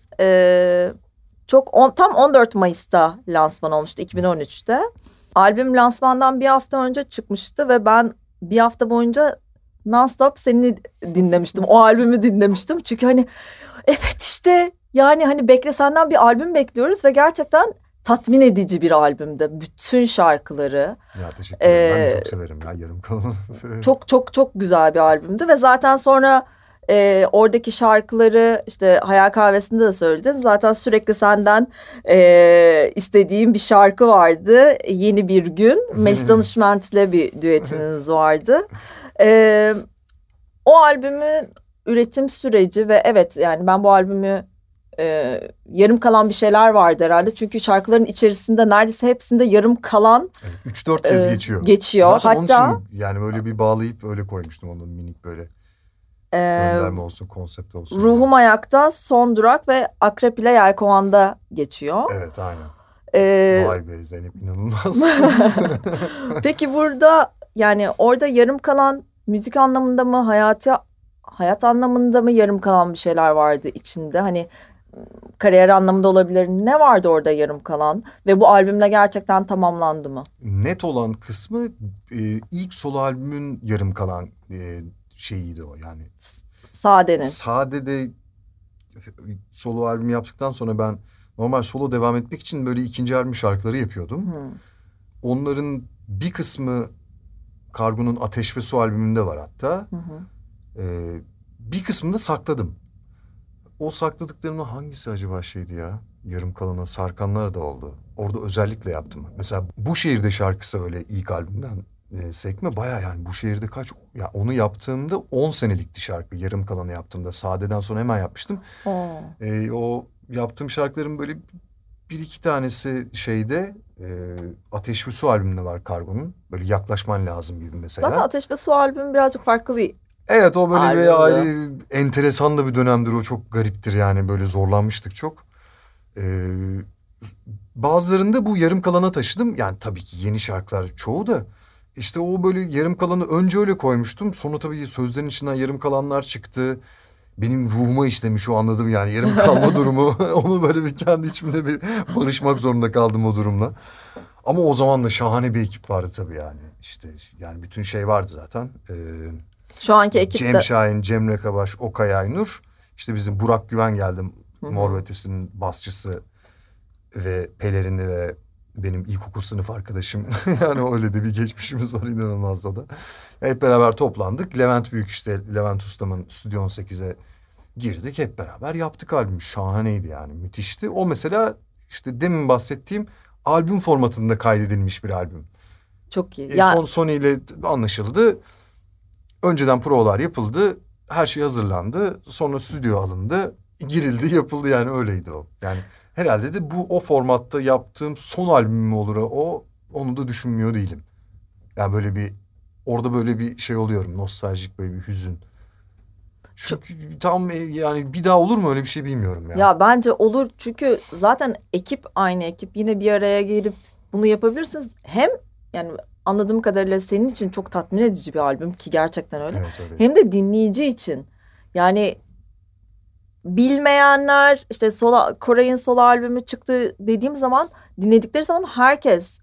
Tam 14 Mayıs'ta lansman olmuştu 2013'te. Albüm lansmandan bir hafta önce çıkmıştı ve ben bir hafta boyunca non-stop seni dinlemiştim. O albümü dinlemiştim. Çünkü hani evet işte yani hani senden bir albüm bekliyoruz ve gerçekten tatmin edici bir albümde. Bütün şarkıları. Ya teşekkür ederim. Ben de çok severim ya Yarım Kalan'ı severim. Çok çok çok güzel bir albümdü ve zaten sonra oradaki şarkıları işte Hayal Kahvesi'nde de söyledin. Zaten sürekli senden istediğim bir şarkı vardı. Yeni Bir Gün. Melis Danışment ile bir düetiniz vardı. O albümün üretim süreci ve evet yani ben bu albümü yarım kalan bir şeyler vardı herhalde. Çünkü şarkıların içerisinde neredeyse hepsinde yarım kalan 3-4 kez geçiyor. Zaten Hatta onun için yani öyle bir bağlayıp öyle koymuştum onun minik böyle gönderme olsun, konsept olsun. Ruhum yani. Ayakta, Son Durak ve Akrep ile Yelkovan'da geçiyor. Evet aynen. Vay be Zeynep inanılmaz. Peki burada yani orada yarım kalan müzik anlamında mı, hayat anlamında mı yarım kalan bir şeyler vardı içinde? Hani kariyer anlamında olabilir. Ne vardı orada yarım kalan ve bu albümle gerçekten tamamlandı mı? Net olan kısmı ilk solo albümün yarım kalan şeyiydi o yani. Sade'nin. Sade'de solo albüm yaptıktan sonra ben normal solo devam etmek için böyle ikinci albüm şarkıları yapıyordum. Onların bir kısmı Kargo'nun Ateş ve Su albümünde var hatta. Bir kısmını da sakladım. O sakladıklarımın hangisi acaba şeydi ya? Yarım kalana sarkanlar da oldu. Orada özellikle yaptım. Mesela Bu Şehirde şarkısı öyle ilk albümden sekme. Baya yani Bu Şehirde kaç... Ya onu yaptığımda 10 senelikti şarkı. Yarım kalanı yaptığımda. Sade'den sonra hemen yapmıştım. O yaptığım şarkıların böyle bir iki tanesi şeyde... Ateş ve Su albümünde var Kargo'nun. Böyle Yaklaşman Lazım gibi mesela. Zaten Ateş ve Su albümü birazcık farklı bir... Evet, o böyle albümdü. bir ayrı enteresan da bir dönemdir, o çok gariptir yani, böyle zorlanmıştık çok. Bazılarında bu yarım kalana taşıdım. Yani tabii ki yeni şarkılar çoğu da. İşte o böyle yarım kalanı önce öyle koymuştum. Sonra tabii sözlerin içinden yarım kalanlar çıktı. Benim ruhuma işlemiş, o anladım yani yarım kalma durumu. Onu böyle bir kendi içimde bir barışmak zorunda kaldım o durumla. Ama o zaman da şahane bir ekip vardı tabii yani. İşte yani bütün şey vardı zaten. Şu anki ekipte... Cem Şahin, Cemre Kabaş, Okay Aynur. İşte bizim Burak Güven geldi. Mor ve Ötesi'nin basçısı ve pelerini ve benim ilkokul sınıf arkadaşım. Yani öyle de bir geçmişimiz var inanılmaz da. Hep beraber toplandık. Levent Büyük, işte Levent Ustam'ın Stüdyo 18'e girdik. Hep beraber yaptık albüm. Şahaneydi yani, müthişti. O mesela işte demin bahsettiğim albüm formatında kaydedilmiş bir albüm. Çok iyi. Sony ile anlaşıldı. Önceden provalar yapıldı. Her şey hazırlandı. Sonra stüdyo alındı. Girildi, yapıldı yani, öyleydi o. Yani herhalde de bu o formatta yaptığım son albüm mü olur o? Onu da düşünmüyor değilim. Yani böyle bir orada böyle bir şey oluyorum. Nostaljik böyle bir hüzün. Çünkü tam yani bir daha olur mu öyle bir şey bilmiyorum ya. Ya bence olur, çünkü zaten ekip aynı ekip, yine bir araya gelip bunu yapabilirsiniz. Hem yani anladığım kadarıyla senin için çok tatmin edici bir albüm ki gerçekten öyle. Evet, öyle. Hem de dinleyici için. Yani bilmeyenler, işte Koray'ın solo albümü çıktı dediğim zaman, dinledikleri zaman herkes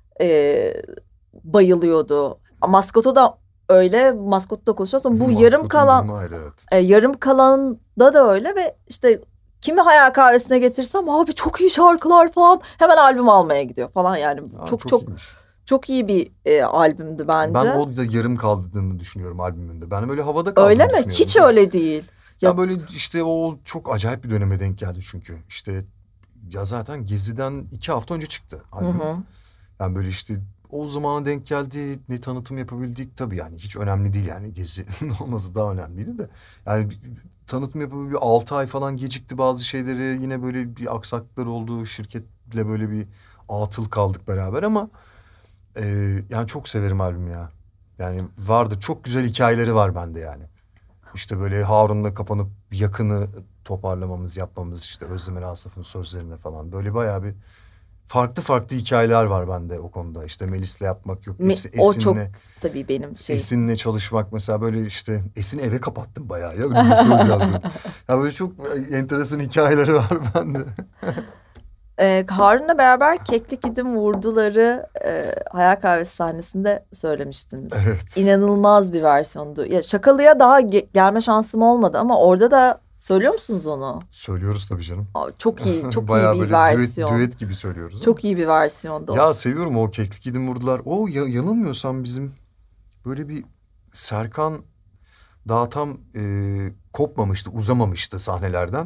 bayılıyordu. Maskot'u da öyle, Maskot'u da konuşuyoruz ama bu yarım kalan ayrı, evet. yarım kalanda da öyle ve işte kimi Hayal Kahvesi'ne getirsem abi çok iyi şarkılar falan, hemen albüm almaya gidiyor falan yani. Çok iyi bir albümdü bence. Ben o da yarım kaldığını düşünüyorum albümünde. Ben böyle havada kaldığını öyle mi? düşünüyorum. Hiç öyle değil. Ya böyle işte o çok acayip bir döneme denk geldi çünkü. İşte ya zaten Gezi'den 2 hafta önce çıktı albüm. Yani böyle işte o zamana denk geldi. Ne tanıtım yapabildik tabii, yani hiç önemli değil yani, Gezi'nin olması daha önemliydi de. Yani tanıtım yapabildik, 6 ay falan gecikti bazı şeyleri. Yine böyle bir aksaklıklar oldu. Şirketle böyle bir atıl kaldık beraber ama yani çok severim albümü ya. Yani vardı, çok güzel hikayeleri var bende yani. İşte böyle Harun'la kapanıp Yakın'ı toparlamamız, yapmamız, işte Özdemir Asaf'ın sözlerine falan. Böyle bayağı bir farklı hikayeler var bende o konuda. İşte Melis'le yapmak, yok o çok tabii benim şey. Esin'le çalışmak mesela, böyle işte Esin'i eve kapattım bayağı ya. Öyle bir söz yazdım. Ya böyle çok enteresan hikayeleri var bende. Harun'la beraber Keklik İdim Vurduları Hayal Kahvesi sahnesinde söylemiştiniz. Evet. İnanılmaz bir versiyondu. Ya Şakalı'ya daha gelme şansım olmadı ama orada da söylüyor musunuz onu? Söylüyoruz tabii canım. Çok iyi, çok bayağı iyi bir böyle versiyon. düet gibi söylüyoruz. Çok iyi bir versiyondu. Ya seviyorum o Keklik İdim Vurdular. O yanılmıyorsam bizim böyle bir Serkan daha tam kopmamıştı, uzamamıştı sahnelerden.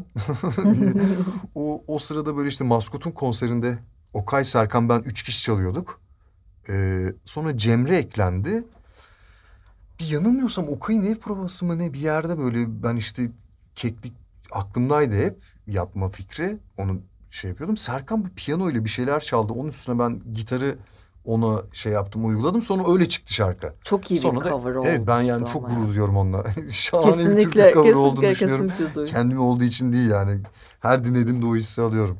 O sırada böyle işte Maskot'un konserinde Okay, Serkan, ben 3 kişi çalıyorduk. Sonra Cemre eklendi. Bir yanılmıyorsam Okay'ın ev provası mı ne, bir yerde böyle ben işte Keklik aklımdaydı hep, yapma fikri. Onu şey yapıyordum. Serkan bir piyano ile bir şeyler çaldı. Onun üstüne ben gitarı ona şey yaptım, uyguladım. Sonra öyle çıktı şarkı. Çok iyi Sonra bir cover oldu. Evet, ben yani çok gurur duyuyorum onunla. Şahane bir Türkçe cover olduğunu düşünüyorum. Kendimi olduğu için değil yani. Her dinlediğimde o hissi alıyorum.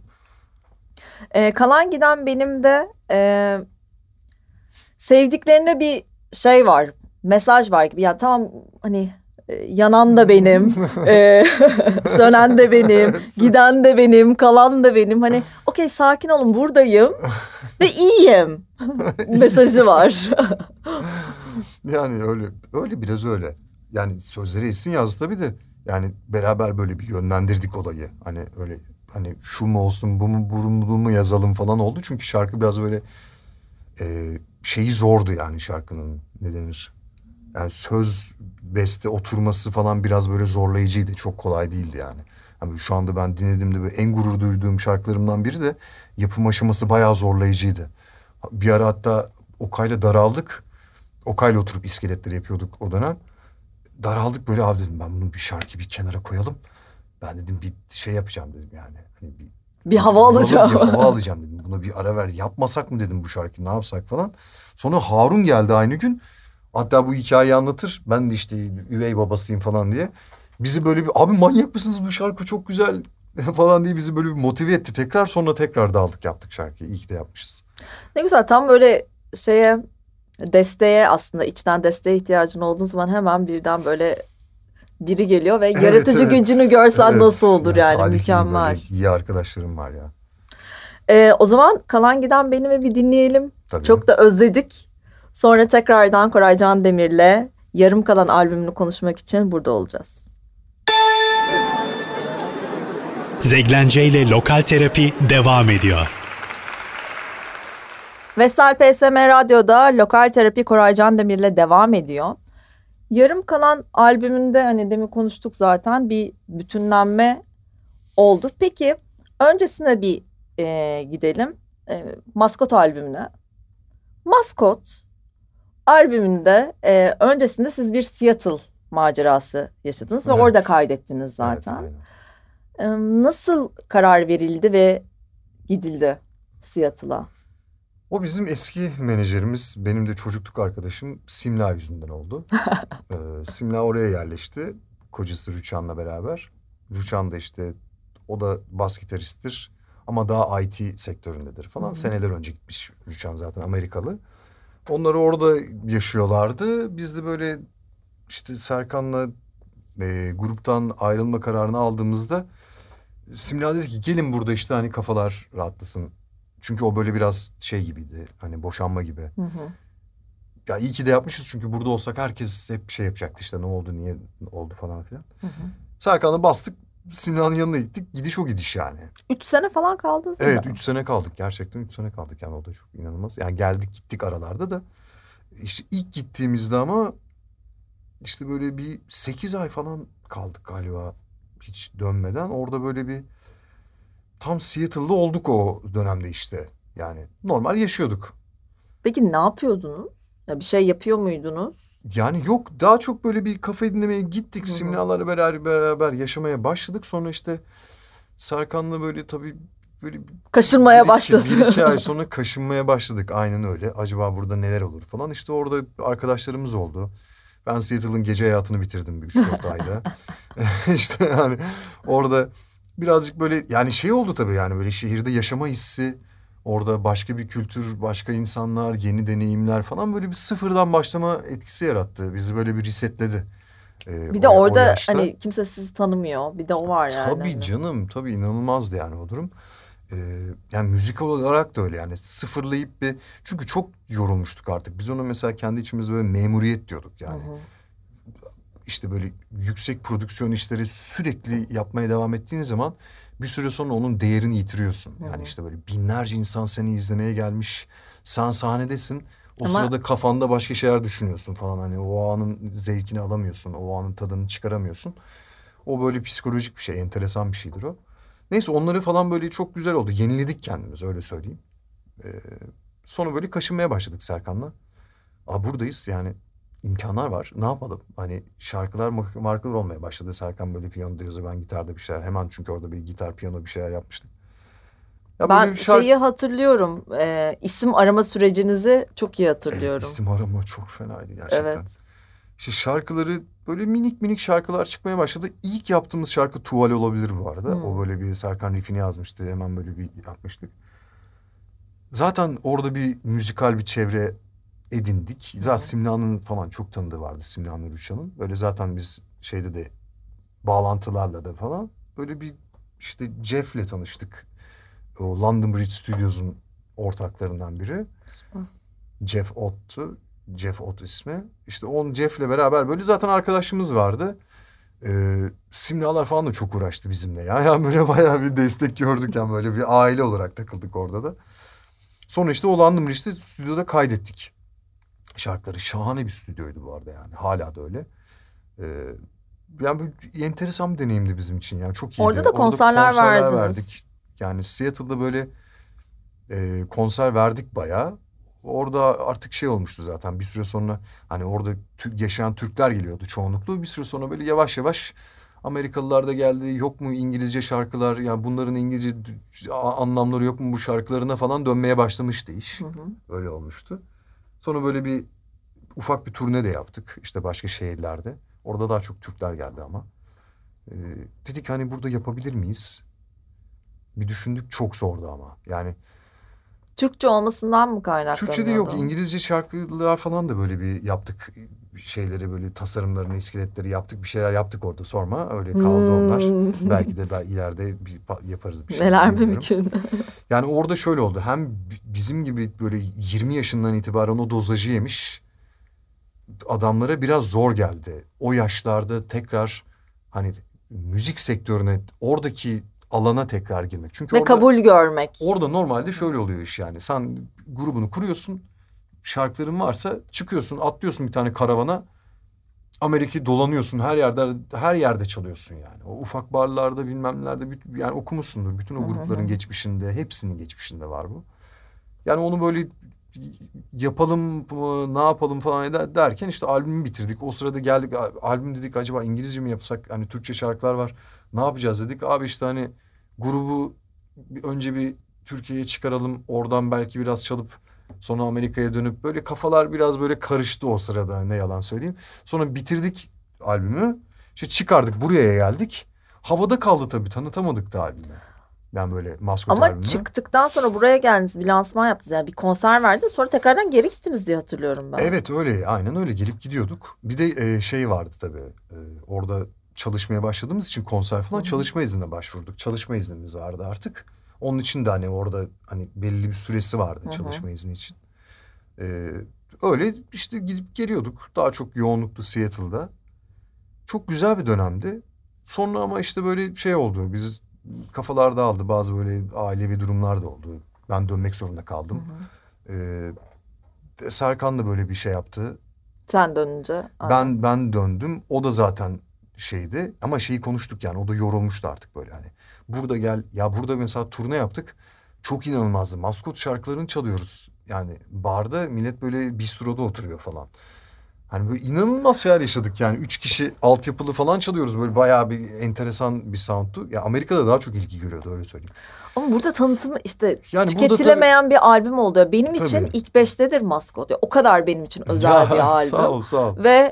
Kalan Giden benim de sevdiklerine bir şey var, mesaj var gibi. Ya tamam hani yanan da benim, sönen de benim, giden de benim, kalan da benim. Hani okey sakin olun buradayım ve iyiyim mesajı var. Yani öyle biraz öyle. Yani sözleri Esin yazdı tabii de. Yani beraber böyle bir yönlendirdik olayı. Hani öyle hani şu mu olsun bu mu bu mu yazalım falan oldu. Çünkü şarkı biraz böyle şeyi zordu yani şarkının ne denir? Yani söz beste oturması falan biraz böyle zorlayıcıydı. Çok kolay değildi yani. Hani şu anda ben dinlediğimde böyle en gurur duyduğum şarkılarımdan biri de yapım aşaması bayağı zorlayıcıydı. Bir ara hatta Okay'la daraldık. Okay'la oturup iskeletleri yapıyorduk o dönem. Daraldık böyle abi dedim ben bunu bir şarkı bir kenara koyalım. Ben dedim bir şey yapacağım dedim yani. Hani Bir hava alacağım. Bir hava alacağım dedim. Buna bir ara ver. Yapmasak mı dedim bu şarkıyı ne yapsak falan. Sonra Harun geldi aynı gün. Hatta bu hikayeyi anlatır. Ben de işte üvey babasıyım falan diye. Bizi böyle bir abi manyak mısınız bu şarkı çok güzel falan diye bizi böyle bir motive etti. Tekrar daldık yaptık şarkıyı. İyi ki de yapmışız. Ne güzel tam böyle şeye desteğe aslında içten desteğe ihtiyacın olduğun zaman hemen birden böyle biri geliyor ve yaratıcı gücünü görsen nasıl olur yani mükemmel. İyi arkadaşlarım var ya. O zaman kalan giden benim'i bir dinleyelim. Tabii. Çok da özledik. Sonra tekrardan Koray Can Demir'le yarım kalan albümünü konuşmak için burada olacağız. Zeglence ile Lokal Terapi devam ediyor. Vestel PSM Radyo'da Lokal Terapi Koray Can Demir'le devam ediyor. Yarım kalan albümünde hani demin konuştuk zaten bir bütünlenme oldu. Peki öncesine bir gidelim. Maskot albümüne. Maskot albümünde öncesinde siz bir Seattle macerası yaşadınız ve Evet. orada kaydettiniz zaten. Evet, aynen. Nasıl karar verildi ve gidildi Seattle'a? O bizim eski menajerimiz, benim de çocukluk arkadaşım Simla yüzünden oldu. Simla oraya yerleşti. Kocası Rüçhan'la beraber. Rüçhan da işte o da bas gitaristtir ama daha IT sektöründedir falan. Seneler önce gitmiş Rüçhan zaten Amerikalı. Onlar orada yaşıyorlardı. Biz de böyle işte Serkan'la gruptan ayrılma kararını aldığımızda Simla dedi ki gelin burada işte hani kafalar rahatlasın. Çünkü o böyle biraz şey gibiydi. Hani boşanma gibi. Hı hı. Ya iyi ki de yapmışız çünkü burada olsak herkes hep şey yapacaktı işte ne oldu niye oldu falan filan. Hı hı. Serkan'la bastık. Simla'nın yanına gittik. Gidiş o gidiş yani. 3 sene falan kaldınız mı? Evet 3 sene kaldık. Gerçekten 3 sene kaldık yani o da çok inanılmaz. Yani geldik gittik aralarda da. İşte ilk gittiğimizde ama işte böyle bir 8 ay falan kaldık galiba. Hiç dönmeden. Orada böyle bir tam Seattle'da olduk o dönemde işte. Yani normal yaşıyorduk. Peki ne yapıyordunuz? Ya bir şey yapıyor muydunuz? Yani yok daha çok böyle bir kafe dinlemeye gittik. Hı hı. Simlalarla beraber yaşamaya başladık. Sonra işte Serkan'la böyle tabii böyle Kaşınmaya başladı. Bir iki ay sonra kaşınmaya başladık. Aynen öyle. Acaba burada neler olur falan. İşte orada arkadaşlarımız oldu. Ben Seattle'ın gece hayatını bitirdim bir 3-4 ayda. İşte yani orada birazcık böyle yani şey oldu tabii yani böyle şehirde yaşama hissi. Orada başka bir kültür, başka insanlar, yeni deneyimler falan böyle bir sıfırdan başlama etkisi yarattı. Bizi böyle bir resetledi. Bir de O orada yaşta. hani kimse sizi tanımıyor. Bir de o var yani. Tabii Hani. canım tabii inanılmazdı yani o durum. Yani müzikal olarak da öyle yani sıfırlayıp bir çünkü çok yorulmuştuk artık. Biz ona mesela kendi içimizde böyle memuriyet diyorduk yani. Hı hı. İşte böyle yüksek prodüksiyon işleri sürekli yapmaya devam ettiğin zaman bir süre sonra onun değerini yitiriyorsun. Yani işte böyle binlerce insan seni izlemeye gelmiş. Sen sahnedesin. O Ama- sırada kafanda başka şeyler düşünüyorsun falan. Hani o anın zevkini alamıyorsun. O anın tadını çıkaramıyorsun. O böyle psikolojik bir şey. Enteresan bir şeydir o. Neyse onları falan böyle çok güzel oldu. Yeniledik kendimizi öyle söyleyeyim. Sonra böyle kaşınmaya başladık Serkan'la. Buradayız yani imkanlar var. Ne yapalım? Hani şarkılar markalar olmaya başladı. Serkan böyle piyano diyordu. Ben gitarda bir şeyler. Hemen çünkü orada bir gitar piyano bir şeyler yapmıştık. Ya böyle Ben bir şarkı... şeyi hatırlıyorum. İsim arama sürecinizi çok iyi hatırlıyorum. Evet isim arama çok fenaydı gerçekten. Evet. İşte şarkıları böyle minik şarkılar çıkmaya başladı. İlk yaptığımız şarkı Tuval olabilir bu arada. O böyle bir Serkan riffini yazmıştı. Hemen böyle bir yapmıştık. Zaten orada bir müzikal bir çevre edindik. Zaten Simla'nın falan çok tanıdığı vardı, Simla Nur Uçan'ın. Böyle zaten biz şeyde de bağlantılarla da falan böyle bir işte Jeff'le tanıştık. O London Bridge Studios'un ortaklarından biri. Jeff Ott'tu. Jeff Ott ismi. İşte Jeff'le beraber böyle zaten arkadaşımız vardı. Simlalar falan da çok uğraştı bizimle ya. Yani böyle bayağı bir destek gördük yani, böyle bir aile olarak takıldık orada da. Sonra işte o London Bridge'de stüdyoda kaydettik şarkıları. Şahane bir stüdyoydu bu arada yani. Hala da öyle. Yani böyle enteresan bir deneyimdi bizim için yani. Çok iyiydi. Orada da konserler verdiniz. Verdik. Yani Seattle'da böyle konser verdik bayağı. Orada artık şey olmuştu zaten bir süre sonra, hani orada yaşayan Türkler geliyordu çoğunluklu. Bir süre sonra böyle yavaş yavaş Amerikalılar da geldi. Yok mu İngilizce şarkılar, yani bunların İngilizce anlamları yok mu bu şarkılarına falan dönmeye başlamıştı iş. Öyle olmuştu. Sonra böyle bir ufak bir turne de yaptık işte başka şehirlerde. Orada daha çok Türkler geldi ama. Dedik hani burada yapabilir miyiz? Bir düşündük, çok zordu ama yani. Türkçe olmasından mı kaynaklanıyordu? Türkçe'de yok, İngilizce şarkılar falan da böyle bir yaptık. Şeyleri böyle tasarımlarını, iskeletleri yaptık. Bir şeyler yaptık orada, sorma. Öyle kaldı onlar. Belki de ileride yaparız bir şey. Neler mümkün. Yani orada şöyle oldu. Hem bizim gibi böyle 20 yaşından itibaren o dozajı yemiş adamlara biraz zor geldi. O yaşlarda tekrar hani müzik sektörüne, oradaki alana tekrar girmek. Çünkü ve kabul görmek. Orada normalde şöyle oluyor iş yani. Sen grubunu kuruyorsun. Şarkıların varsa çıkıyorsun, atlıyorsun bir tane karavana. Amerika'yı dolanıyorsun. Her yerde çalıyorsun yani. O ufak barlarda, bilmem nelerde, yani okumuşsundur. Bütün o grupların geçmişinde, hepsinin geçmişinde var bu. Yani onu böyle yapalım mı, ne yapalım falan derken işte albümü bitirdik. O sırada geldik, albüm dedik acaba İngilizce mi yapsak? Hani Türkçe şarkılar var. Ne yapacağız dedik. Abi işte hani grubu önce bir Türkiye'ye çıkaralım. Oradan belki biraz çalıp sonra Amerika'ya dönüp, böyle kafalar biraz böyle karıştı o sırada, ne yalan söyleyeyim. Sonra bitirdik albümü. İşte çıkardık, buraya geldik. Havada kaldı tabii, tanıtamadık da albümü. Yani böyle maskot albümü. Ama çıktıktan sonra buraya geldiniz, bir lansman yaptınız. Yani bir konser verdiniz, sonra tekrardan geri gittiniz diye hatırlıyorum ben. Evet öyle, aynen öyle, gelip gidiyorduk. Bir de şey vardı tabii, orada çalışmaya başladığımız için konser falan, çalışma iznine başvurduk. Çalışma iznimiz vardı artık. Onun için de hani orada hani belli bir süresi vardı çalışma izni için. Öyle işte gidip geliyorduk. Daha çok yoğunluklu Seattle'da. Çok güzel bir dönemdi. Sonra ama işte böyle şey oldu. Biz kafalar dağıldı. Bazı böyle ailevi durumlar da oldu. Ben dönmek zorunda kaldım. Serkan da böyle bir şey yaptı. Sen dönünce. Ben döndüm. O da zaten şeydi. Ama şeyi konuştuk yani. O da yorulmuştu artık böyle hani. Burada gel. Ya burada mesela turne yaptık. Çok inanılmazdı. Maskot şarkılarını çalıyoruz. Yani barda millet böyle bistroda oturuyor falan. Hani böyle inanılmaz şeyler yaşadık yani. 3 kişi altyapılı falan çalıyoruz. Böyle bayağı bir enteresan bir soundtu. Ya Amerika'da daha çok ilgi görüyordu, öyle söyleyeyim. Ama burada tanıtımı işte yani tüketilemeyen bir albüm oluyor. Benim için tabii. ilk 5'tedir Maskot. O kadar benim için özel bir albüm. Sağ ol, sağ ol. Ve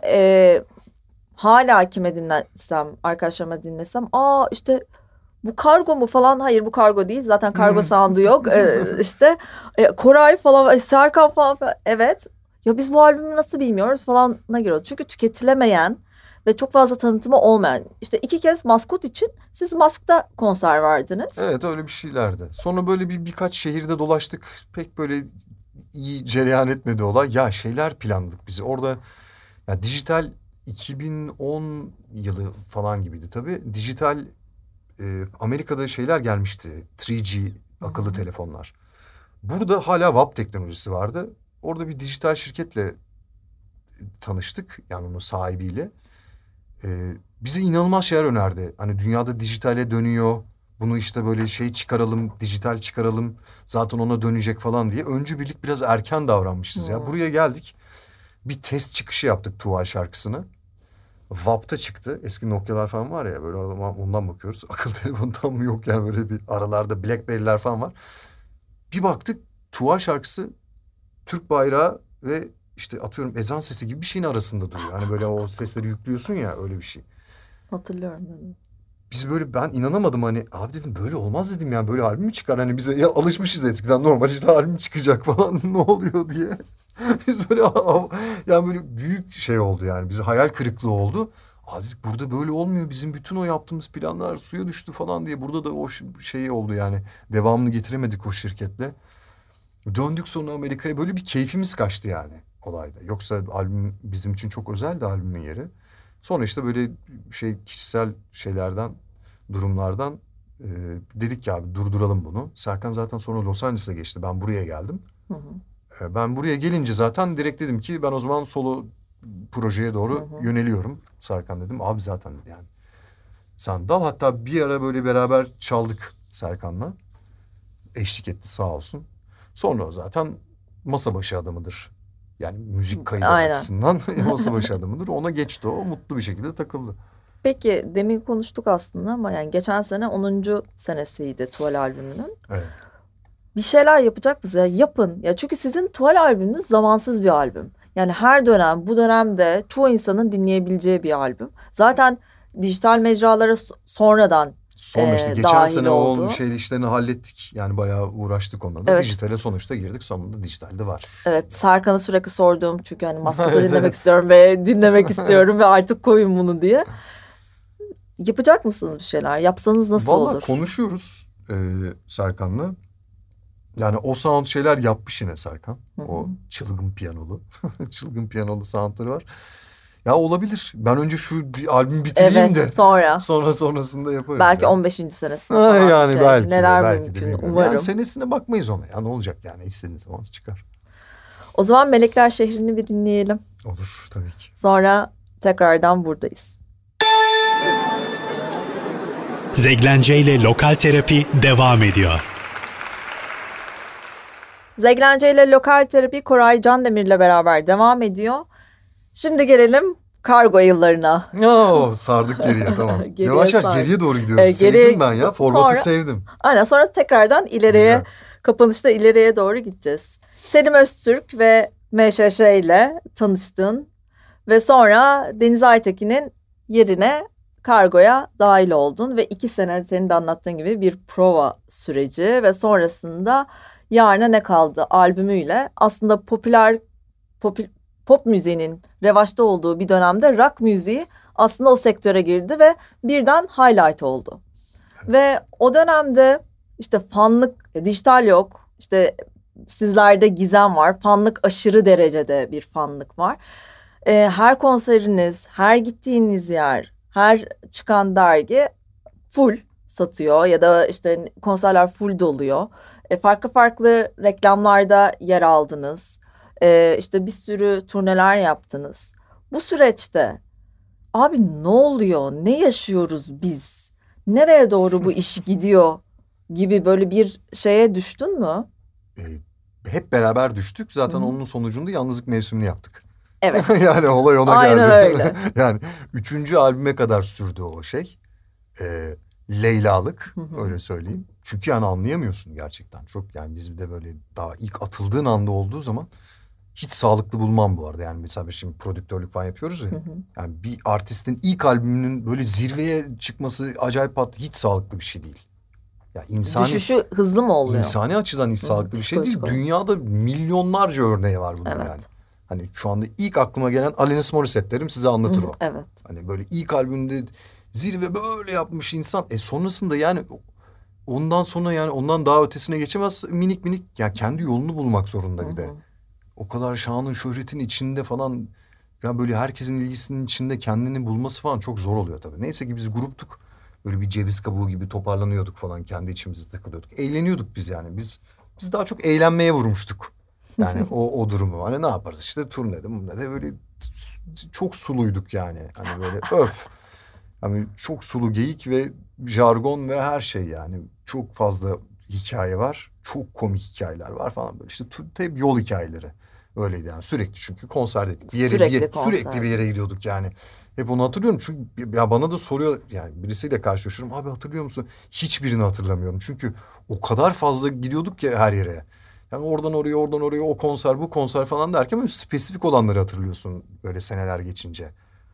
hala kime dinlesem, arkadaşlarıma dinlesem, işte bu kargo mu falan, hayır bu kargo değil. Zaten kargo sound'u yok. İşte Koray falan, Serkan falan. Evet. Ya biz bu albümü nasıl bilmiyoruz falan'a giriyor. Çünkü tüketilemeyen ve çok fazla tanıtımı olmayan. İşte 2 kez Maskot için siz Mask'ta konser verdiniz. Evet, öyle bir şeylerdi. Sonra böyle birkaç şehirde dolaştık. Pek böyle iyi cereyan etmedi olay. Ya şeyler planladık bizi. Orada ya dijital 2010 yılı falan gibiydi tabii. Dijital Amerika'da şeyler gelmişti. 3G akıllı telefonlar. Burada hala WAP teknolojisi vardı. Orada bir dijital şirketle tanıştık. Yani onun sahibiyle. Bize inanılmaz şeyler önerdi. Hani dünyada dijitale dönüyor. Bunu işte böyle şey çıkaralım, dijital çıkaralım. Zaten ona dönecek falan diye. Öncü birlik biraz erken davranmışız ya. Buraya geldik. Bir test çıkışı yaptık Tuval şarkısını. WAP'ta çıktı. Eski Nokia'lar falan var ya, böyle ondan bakıyoruz. Akıllı telefon tam mı yok yani, böyle bir aralarda BlackBerry'ler falan var. Bir baktık Tuval şarkısı Türk bayrağı ve işte atıyorum ezan sesi gibi bir şeyin arasında duruyor. Hani böyle o sesleri yüklüyorsun ya, öyle bir şey. Hatırlıyorum ben. Biz böyle, ben inanamadım hani, abi dedim böyle olmaz dedim yani, böyle albüm mü çıkar? Hani bize ya alışmışız eskiden, normal işte albüm çıkacak falan ne oluyor diye. Biz böyle yani böyle büyük şey oldu yani. Bize hayal kırıklığı oldu. Abi dedik, burada böyle olmuyor. Bizim bütün o yaptığımız planlar suya düştü falan diye. Burada da o şey oldu yani. Devamını getiremedik o şirketle. Döndük sonra Amerika'ya, böyle bir keyfimiz kaçtı yani olayda. Yoksa albüm bizim için çok özeldi, albümün yeri. Sonra işte böyle kişisel şeylerden, durumlardan dedik ki abi durduralım bunu. Serkan zaten sonra Los Angeles'a geçti. Ben buraya geldim. Hı hı. Ben buraya gelince zaten direkt dedim ki ben o zaman solo projeye doğru Hı hı. yöneliyorum. Serkan dedim abi zaten yani sen dal. Hatta bir ara böyle beraber çaldık Serkan'la. Eşlik etti sağ olsun. Sonra zaten masa başı adamıdır. Yani müzik kaydı Aynen. açısından masa başı adamıdır. Ona geçti o. Mutlu bir şekilde takıldı. Peki demin konuştuk aslında ama yani geçen sene 10. senesiydi Tuval albümünün. Evet. Bir şeyler yapacak mısınız? Ya yapın. Ya çünkü sizin Tuval albümünüz zamansız bir albüm. Yani her dönem, bu dönemde çoğu insanın dinleyebileceği bir albüm. Zaten dijital mecralara sonradan Sonra işte geçen dahil sene oldu. o işlerini hallettik. Yani bayağı uğraştık onunla da. Evet. Dijitale sonuçta girdik. Sonunda dijitalde var. Evet, Serkan'a sürekli sorduğum çünkü hani Maskot'u Evet, dinlemek evet. istiyorum ve dinlemek istiyorum ve artık koyun bunu diye. Yapacak mısınız bir şeyler? Yapsanız nasıl Vallahi olur? konuşuyoruz Serkan'la. Yani o sound şeyler yapmış yine Serkan. Hı-hı. O çılgın piyanolu. Çılgın piyanolu soundları var. Ya olabilir. Ben önce şu bir albüm bitireyim Evet, de. sonra. Sonrasında yaparız. Belki yani. 15. senesinde Ha, falan yani bir şey. belki de, Neler belki de mümkün bilmiyorum. umarım. Yani senesine bakmayız ona. Ya ne olacak yani istediğiniz zaman çıkar. O zaman Melekler Şehri'ni bir dinleyelim. Olur tabii ki. Sonra tekrardan buradayız. Zeglence ile Lokal Terapi devam ediyor. Zeglence ile Lokal Terapi Koray Candemir'le beraber devam ediyor. Şimdi gelelim kargo yıllarına. Oo, sardık geriye tamam. Geriye Yavaş yavaş sardık. geriye doğru gidiyoruz. Geriye- Sevdim ben ya. Formatı Sonra- sevdim. Aynen, sonra tekrardan ileriye, Güzel. kapanışta ileriye doğru gideceğiz. Selim Öztürk ve MŞŞ ile tanıştın ve sonra Deniz Aytekin'in yerine kargoya dahil oldun ve 2 sene senin de anlattığın gibi bir prova süreci ve sonrasında Yarına Ne Kaldı albümüyle aslında pop müziğinin revaçta olduğu bir dönemde rock müziği aslında o sektöre girdi ve birden highlight oldu. Ve o dönemde işte fanlık, dijital yok, işte sizlerde gizem var, fanlık aşırı derecede bir fanlık var. Her konseriniz, her gittiğiniz yer, her çıkan dergi full satıyor ya da işte konserler full doluyor. Farklı farklı reklamlarda yer aldınız. İşte bir sürü turneler yaptınız. Bu süreçte abi ne oluyor, ne yaşıyoruz biz? Nereye doğru bu iş gidiyor gibi böyle bir şeye düştün mü? Hep beraber düştük. Zaten Hı-hı. onun sonucunda yalnızlık mevsimini yaptık. Evet. Yani olay ona Aynen geldi. öyle. Yani 3. albüme kadar sürdü o şey. Leylalık, Hı-hı. öyle söyleyeyim. Çünkü yani anlayamıyorsun gerçekten. Çok yani biz de böyle daha ilk atıldığın anda olduğu zaman hiç sağlıklı bulmam bu arada. Yani mesela şimdi prodüktörlük falan yapıyoruz ya. Hı hı. Yani bir artistin ilk albümünün böyle zirveye çıkması acayip hiç sağlıklı bir şey değil. Ya Düşüşü hızlı mı oluyor? İnsani açıdan hiç sağlıklı bir şey değil. psikolojik olarak. Dünyada milyonlarca örneği var bunun Evet. yani. Hani şu anda ilk aklıma gelen Alanis Morissette derim, size anlatır Hı hı, o. evet. Hani böyle ilk albümde zirve böyle yapmış insan. Sonrasında yani ondan sonra yani ondan daha ötesine geçemez, minik minik ya kendi yolunu bulmak zorunda bir de. Hı hı. O kadar şanın şöhretin içinde falan ya böyle herkesin ilgisinin içinde kendini bulması falan çok zor oluyor tabii. Neyse ki biz gruptuk. Böyle bir ceviz kabuğu gibi toparlanıyorduk falan, kendi içimizde takılıyorduk. Eğleniyorduk biz yani. Biz daha çok eğlenmeye vurmuştuk. Yani o durumu. Hani ne yaparız işte turnede böyle çok suluyduk yani. Hani böyle öf. Hani çok sulu geyik ve jargon ve her şey yani. Çok fazla hikaye var. Çok komik hikayeler var falan böyle. İşte hep yol hikayeleri. Öyleydi yani sürekli, çünkü konserdeydik. Sürekli bir yere gidiyorduk yani. Hep onu hatırlıyorum çünkü ya bana da soruyor yani, birisiyle karşılaşıyorum. Abi hatırlıyor musun? Hiçbirini hatırlamıyorum. Çünkü o kadar fazla gidiyorduk ki her yere. Yani oradan oraya o konser bu konser falan derken böyle spesifik olanları hatırlıyorsun böyle seneler geçince.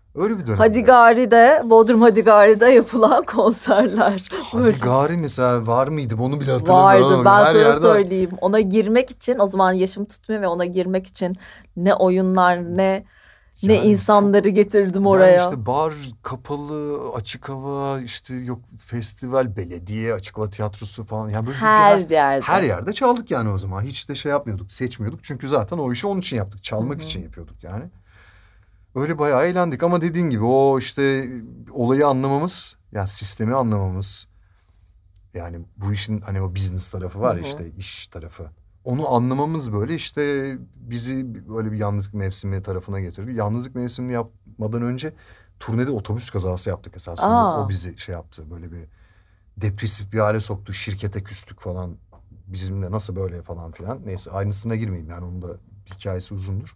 Öyle bir dönem. Hadigari'de, Bodrum Hadigari'de yapılan konserler. Hadigari mesela var mıydı? Onu bile hatırlamıyorum. Vardı. Ben sana söyleyeyim. Ona girmek için, o zaman yaşım tutmuyor ve ona girmek için ne oyunlar ne insanları getirdim oraya. Yani işte bar, kapalı, açık hava, işte yok festival, belediye, açık hava tiyatrosu falan. Yani böyle her yerde çaldık yani o zaman. Hiç de şey yapmıyorduk, seçmiyorduk. Çünkü zaten o işi onun için yaptık. Çalmak için yapıyorduk yani. Öyle bayağı eğlendik ama dediğin gibi o işte olayı anlamamız, yani sistemi anlamamız. Yani bu işin hani o business tarafı var ya, işte iş tarafı. Onu anlamamız böyle işte bizi böyle bir yalnızlık mevsimi tarafına getirdi. Yalnızlık mevsimini yapmadan önce turnede otobüs kazası yaptık esasında. O bizi şey yaptı, böyle bir depresif bir hale soktu. Şirkete küstük falan. Bizimle nasıl böyle falan filan. Neyse ayrıntısına girmeyeyim yani, onun da hikayesi uzundur.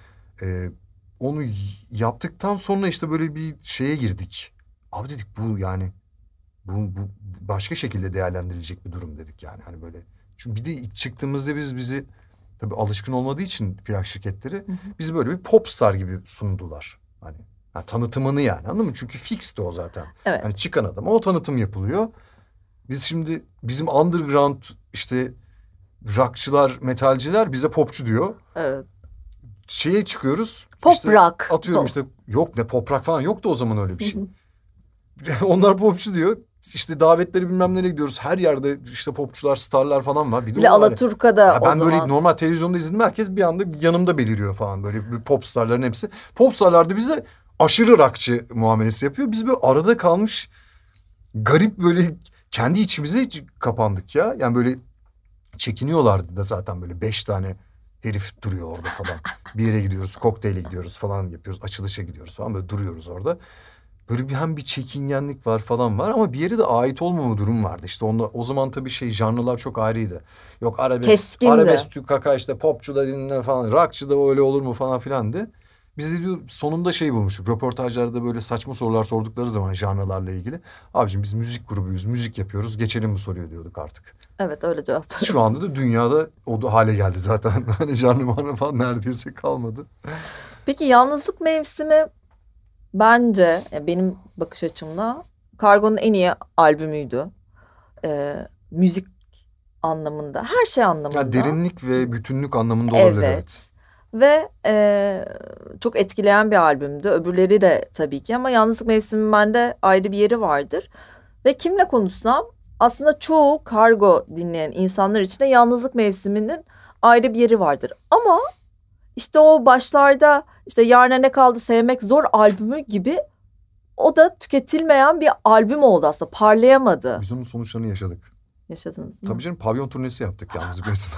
Onu yaptıktan sonra işte böyle bir şeye girdik. Abi dedik bu yani bu başka şekilde değerlendirilecek bir durum dedik yani. Hani böyle, çünkü bir de ilk çıktığımızda bizi tabii alışkın olmadığı için plak şirketleri bizi böyle bir popstar gibi sundular. Hani tanıtımını yani, anladın mı? Çünkü fixti o zaten. Evet. Hani çıkan adama o tanıtım yapılıyor. Biz şimdi bizim underground işte rockçılar, metalciler bize popçu diyor. Evet. Şeye çıkıyoruz. Pop işte, rock. atıyorum işte, yok ne pop rock falan yoktu o zaman öyle bir şey. Onlar popçu diyor. İşte davetleri bilmem nereye gidiyoruz. Her yerde işte popçular, starlar falan var. Bir de Alaturka'da ya o ben zaman. böyle normal televizyonda izledim. Herkes bir anda yanımda beliriyor falan. Böyle bir pop starların hepsi. Pop starlar da bize aşırı rockçı muamelesi yapıyor. Biz böyle arada kalmış garip, böyle kendi içimize kapandık ya. Yani böyle çekiniyorlardı da zaten, böyle 5 tane herif duruyor orada falan. Bir yere gidiyoruz, kokteyle gidiyoruz falan yapıyoruz. Açılışa gidiyoruz falan, böyle duruyoruz orada. Böyle hem bir çekingenlik var falan var ama bir yere de ait olmama durum vardı. İşte o zaman tabii janrlar çok ayrıydı. Yok arabesk kaka işte popçu da dinle falan, rockçı da öyle olur mu falan filandı. Biz de diyor sonunda bulmuştuk. Röportajlarda böyle saçma sorular sordukları zaman janrlarla ilgili. Abicim biz müzik grubuyuz, müzik yapıyoruz. Geçelim bu soruyu diyorduk artık. Evet, öyle cevap. Şu anda da dünyada o hale geldi zaten. Hani janrı falan neredeyse kalmadı. Peki yalnızlık mevsimi bence benim bakış açımla Kargo'nun en iyi albümüydü. Müzik anlamında, her şey anlamında. Yani derinlik ve bütünlük anlamında olabilir, evet. Ve çok etkileyen bir albümdü. Öbürleri de tabii ki, ama Yalnızlık Mevsimi bende ayrı bir yeri vardır. Ve kimle konuşsam aslında çoğu Kargo dinleyen insanlar için de Yalnızlık Mevsimi'nin ayrı bir yeri vardır. Ama işte o başlarda işte Yarına Ne Kaldı Sevmek Zor albümü gibi o da tüketilmeyen bir albüm oldu aslında. Parlayamadı. Biz onun sonuçlarını yaşadık. Yaşadınız mı? Tabii canım, pavyon turnesi yaptık Yalnızlık Mevsimi.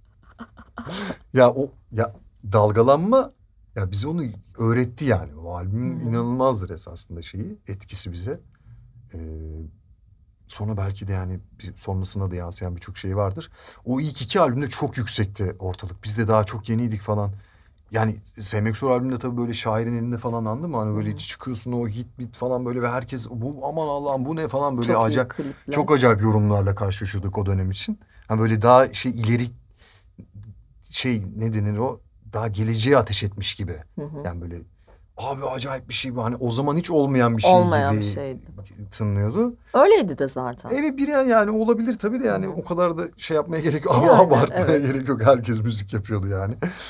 Ya dalgalanma ya bize onu öğretti yani. O albümün inanılmazdır esasında etkisi bize. Sonra belki de yani sonrasına da yansıyan birçok şey vardır. O ilk 2 albümde çok yüksekti ortalık. Biz de daha çok yeniydik falan. Yani Sevmek Zor albümünde tabii böyle şairin elinde falan, anladın mı? Hani böyle çıkıyorsun o hit falan böyle ve herkes bu aman Allah'ım bu ne falan böyle çok acayip yorumlarla karşılaşıyorduk o dönem için. Hani böyle daha ileri ne denir o? Daha geleceğe ateş etmiş gibi. Yani böyle abi acayip bir şey bu. Hani o zaman hiç olmayan bir şey gibi tınlıyordu. Öyleydi de zaten. Evet, yani olabilir tabii de yani o kadar da yapmaya gerek yok. Yani, abartmaya gerek yok. Herkes müzik yapıyordu yani.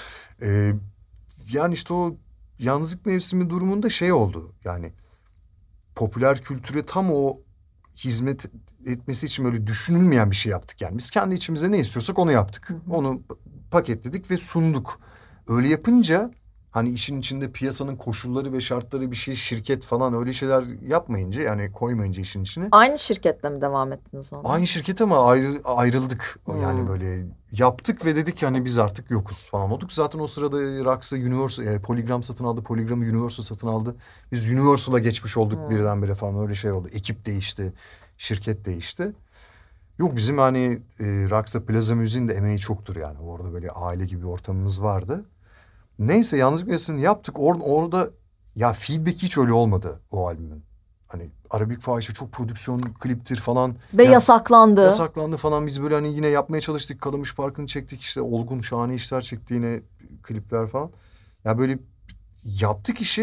Yani işte o Yalnızlık Mevsimi durumunda oldu. Yani popüler kültüre tam o hizmet etmesi için böyle düşünülmeyen bir şey yaptık yani. Biz kendi içimize ne istiyorsak onu yaptık. Onu paketledik ve sunduk. Öyle yapınca hani işin içinde piyasanın koşulları ve şartları bir şirket falan öyle şeyler yapmayınca, yani koymayınca işin içine. Aynı şirketle mi devam ettiniz onu? Aynı şirket ama ayrıldık. Yani böyle yaptık ve dedik hani biz artık yokuz falan olduk. Zaten o sırada Rox'a Universal, Polygram satın aldı. Polygram'ı Universal satın aldı. Biz Universal'a geçmiş olduk birdenbire falan, öyle oldu. Ekip değişti, şirket değişti. Yok bizim hani Rox'a Plaza Müziğin de emeği çoktur yani. Orada böyle aile gibi bir ortamımız vardı. Neyse Yalnızlık Mevsimi'ni yaptık. Orada ya feedback hiç öyle olmadı o albümün. Hani Arabik Fahişe çok prodüksiyon kliptir falan. Ve yasaklandı. Yasaklandı falan. Biz böyle hani yine yapmaya çalıştık. Kalamış Parkı'nı çektik. İşte Olgun şahane işler çekti yine, klipler falan. Ya böyle yaptık işi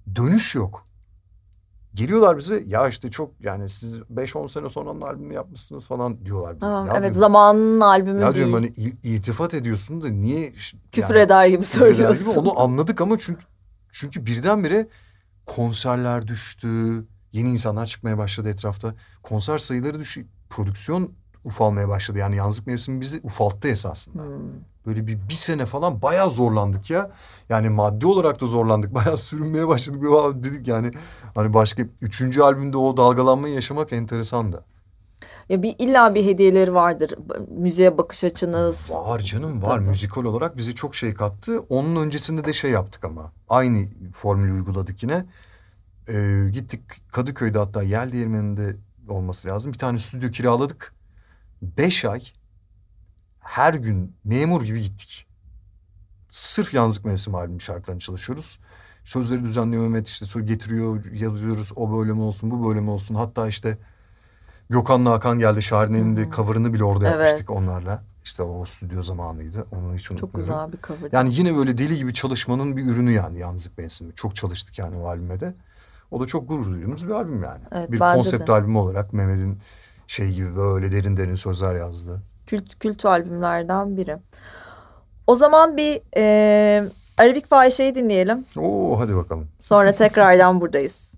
dönüş yok. Geliyorlar bize ya işte çok yani siz 5-10 sene sonra onun albümü yapmışsınız falan diyorlar bize. Tamam, Ya evet diyorum, zamanının albümü ya değil. diyorum hani iltifat ediyorsun da niye Küfür yani, eder gibi küfür eder söylüyorsun. gibi onu anladık ama çünkü birdenbire konserler düştü. Yeni insanlar çıkmaya başladı etrafta. Konser sayıları düştü. Prodüksiyon ufalmaya başladı. Yani Yalnızlık Mevsimi bizi ufalttı esasında. Böyle bir sene falan bayağı zorlandık ya. Yani maddi olarak da zorlandık. Bayağı sürünmeye başladık. Dedik yani hani başka 3. albümde o dalgalanmayı yaşamak enteresandı. Ya illa bir hediyeleri vardır. Müziğe bakış açınız. Var canım var. Tabii. Müzikal olarak bize çok şey kattı. Onun öncesinde de şey yaptık ama. Aynı formülü uyguladık yine. Gittik Kadıköy'de hatta Yel Değirmeni'nde olması lazım. Bir tane stüdyo kiraladık. 5 ay her gün memur gibi gittik. Sırf Yalnızlık Mevsimi albüm şarkılarını çalışıyoruz. Sözleri düzenliyor Mehmet işte getiriyor yazıyoruz. O böyle mi olsun bu böyle mi olsun. Hatta işte Gökhan'la Hakan geldi. Şahine'nin de cover'ını bile orada yapmıştık onlarla. İşte o stüdyo zamanıydı. Onu hiç unutmuyorum. Çok güzel bir cover. Yani yine böyle deli gibi çalışmanın bir ürünü yani Yalnızlık Mevsimi. Çok çalıştık yani o albüme de. O da çok gurur duyduğumuz bir albüm yani. Evet, bir bence konsept de. albümü olarak Mehmet'in şey gibi böyle derin derin sözler yazdı. Kült albümlerden biri. O zaman bir Arabik Fahişe'yi dinleyelim. Oo hadi bakalım. Sonra tekrardan buradayız.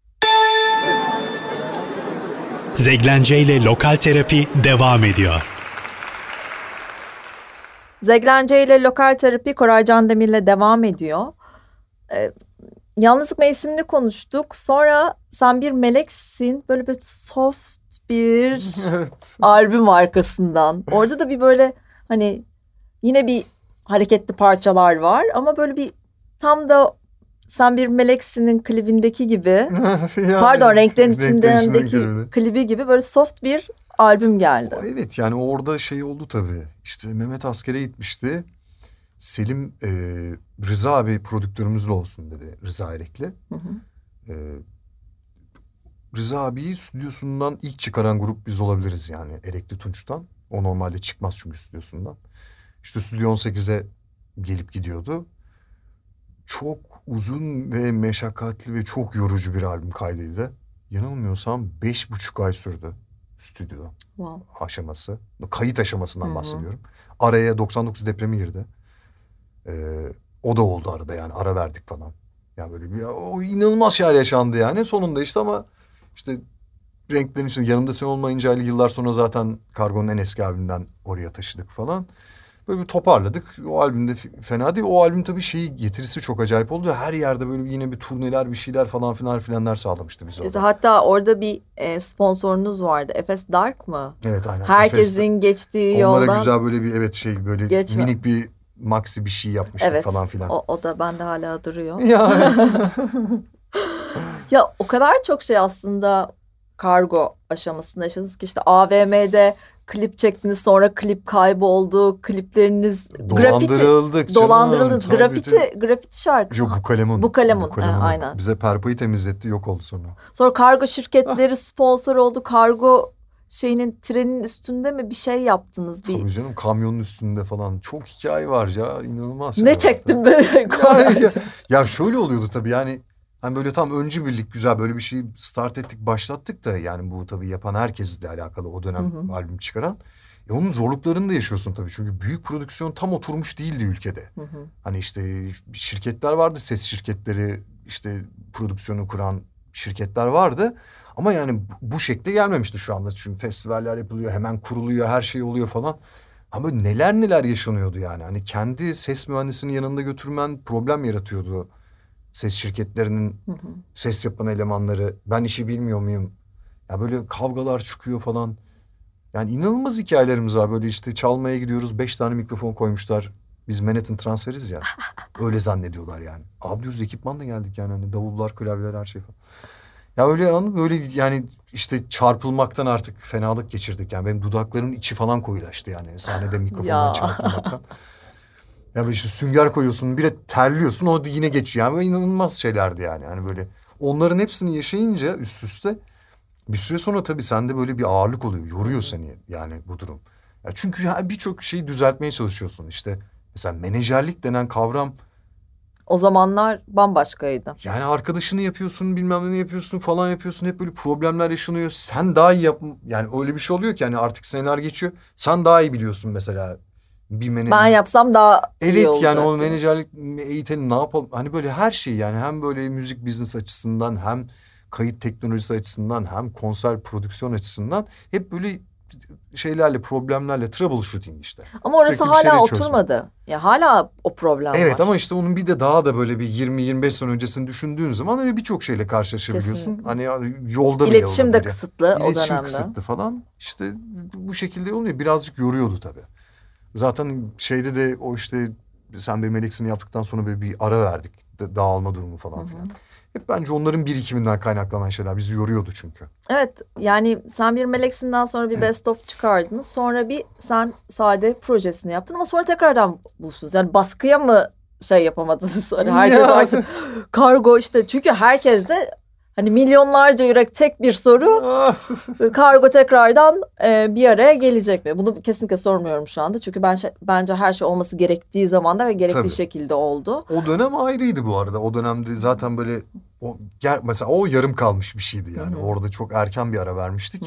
Zeglence ile Lokal Terapi devam ediyor. Zeglence ile Lokal Terapi Koray Candemir'le devam ediyor. Yalnızlık Mevsimi'ni konuştuk. Sonra sen bir meleksin. Böyle bir soft bir Evet. albüm arkasından. Orada da bir böyle hani yine bir hareketli parçalar var. Ama böyle bir tam da sen bir meleksinin klibindeki gibi. Yani, Pardon Renklerin içindeki içindeki klibi gibi böyle soft bir albüm geldi. Evet yani orada şey oldu tabii. İşte Mehmet askere gitmişti. Selim Rıza abi prodüktörümüzle olsun dedi. Rıza Erekli. Rıza abiyi stüdyosundan ilk çıkaran grup biz olabiliriz yani Erekli Tunç'tan. O normalde çıkmaz çünkü stüdyosundan. İşte Stüdyo 18'e gelip gidiyordu. Çok uzun ve meşakkatli ve çok yorucu bir albüm kaydıydı. Yanılmıyorsam 5,5 ay sürdü stüdyo aşaması. Kayıt aşamasından bahsediyorum. Araya 99 depremi girdi. O da oldu arada yani ara verdik falan. Yani böyle bir o inanılmaz şeyler yaşandı yani. Sonunda işte ama işte Renklerin içinde yanımda sen olmayınca yıllar sonra zaten Kargo'nun en eski albümünden oraya taşıdık falan. Böyle bir toparladık. O albümde fena değil. O albüm tabii getirisi çok acayip oldu. Her yerde böyle yine bir turneler bir şeyler falan filanlar sağlamıştı bize. İşte hatta orada bir sponsorunuz vardı. Efes Dark mı? Evet aynen. Herkesin geçtiği yoldan. Onlara güzel böyle bir böyle geçme. Minik bir maxi bir şey yapmıştık falan filan. O da bende hala duruyor. Ya evet. Ya o kadar çok şey aslında Kargo aşamasında yaşadınız ki işte AVM'de klip çektiniz sonra klip kayboldu. Klipleriniz dolandırıldınız. Grafiti şarkısı. Yok Bukalemun. Bukalemun. Aynen. Bize Perpa'yı temizletti yok oldu sonra. Sonra kargo şirketleri sponsor oldu. Kargo trenin üstünde mi bir şey yaptınız? Tabii canım kamyonun üstünde falan. Çok hikaye var ya inanılmaz. Ne çektim be? Ya şöyle oluyordu tabii yani. Hani böyle tam öncü birlik güzel böyle bir şey start ettik başlattık da yani bu tabii yapan herkesle alakalı o dönem albüm çıkaran. Onun zorluklarını da yaşıyorsun tabii çünkü büyük prodüksiyon tam oturmuş değildi ülkede. Hani işte şirketler vardı ses şirketleri işte prodüksiyonu kuran şirketler vardı. Ama yani bu şekilde gelmemişti şu anda çünkü festivaller yapılıyor hemen kuruluyor her şey oluyor falan. Ama neler yaşanıyordu yani hani kendi ses mühendisinin yanında götürmen problem yaratıyordu. Ses şirketlerinin ses yapan elemanları ben işi bilmiyor muyum? Ya böyle kavgalar çıkıyor falan. Yani inanılmaz hikayelerimiz var. Böyle işte çalmaya gidiyoruz 5 tane mikrofon koymuşlar. Biz Manhattan transferiz ya. Öyle zannediyorlar yani. Abi diyoruz ekipmanla geldik yani. Hani davullar, klavyeler her şey falan. Ya öyle böyle yani işte çarpılmaktan artık fenalık geçirdik. Yani benim dudaklarımın içi falan koyulaştı yani. Sahnede mikrofondan çarpılmaktan. Ya böyle işte sünger koyuyorsun, bir de terliyorsun, o da yine geçiyor. Yani inanılmaz şeylerdi yani. Hani böyle onların hepsini yaşayınca üst üste bir süre sonra tabii sende böyle bir ağırlık oluyor. Yoruyor seni yani bu durum. Ya çünkü birçok şeyi düzeltmeye çalışıyorsun. İşte mesela menajerlik denen kavram O zamanlar bambaşkaydı. Yani arkadaşını yapıyorsun, bilmem ne yapıyorsun falan yapıyorsun. Hep böyle problemler yaşanıyor. Sen daha iyi yap. Yani öyle bir şey oluyor ki hani artık seneler geçiyor. Sen daha iyi biliyorsun mesela. Ben yapsam daha iyi evet olacak. yani o menajerlik eğiteni ne yapalım? Hani böyle her şey yani hem böyle müzik business açısından hem kayıt teknolojisi açısından hem konser prodüksiyon açısından hep böyle şeylerle problemlerle troubleshooting işte. Ama orası Sürekli bir hala şeyleri çözmek. oturmadı. Ya hala o problem var. Evet ama işte onun bir de daha da böyle bir 20-25 sene öncesini düşündüğün zaman öyle birçok şeyle karşılaşabiliyorsun. Kesinlikle. Hani yolda bile İletişim de olabilir. kısıtlı o İletişim dönemde. kısıtlı falan. İşte bu şekilde oluyor. Birazcık yoruyordu tabii. Zaten şeyde de o işte Sen Benim Meleksin'i yaptıktan sonra böyle bir ara verdik. Dağılma durumu falan filan. Hep bence onların birikiminden kaynaklanan şeyler bizi yoruyordu çünkü. Evet yani Sen Bir Meleksin'den sonra bir best of çıkardınız. Sonra bir Sen Sade projesini yaptın ama sonra tekrardan buluştunuz. Yani baskıya mı şey yapamadınız? Hani herkes Ya. artık kargo işte çünkü herkes de hani milyonlarca yürek tek bir soru. Kargo tekrardan bir araya gelecek mi? Bunu kesinlikle sormuyorum şu anda. Çünkü bence her şey olması gerektiği zamanda ve gerektiği Tabii. şekilde oldu. O dönem ayrıydı bu arada. O dönemde zaten böyle mesela o yarım kalmış bir şeydi yani. Orada çok erken bir ara vermiştik.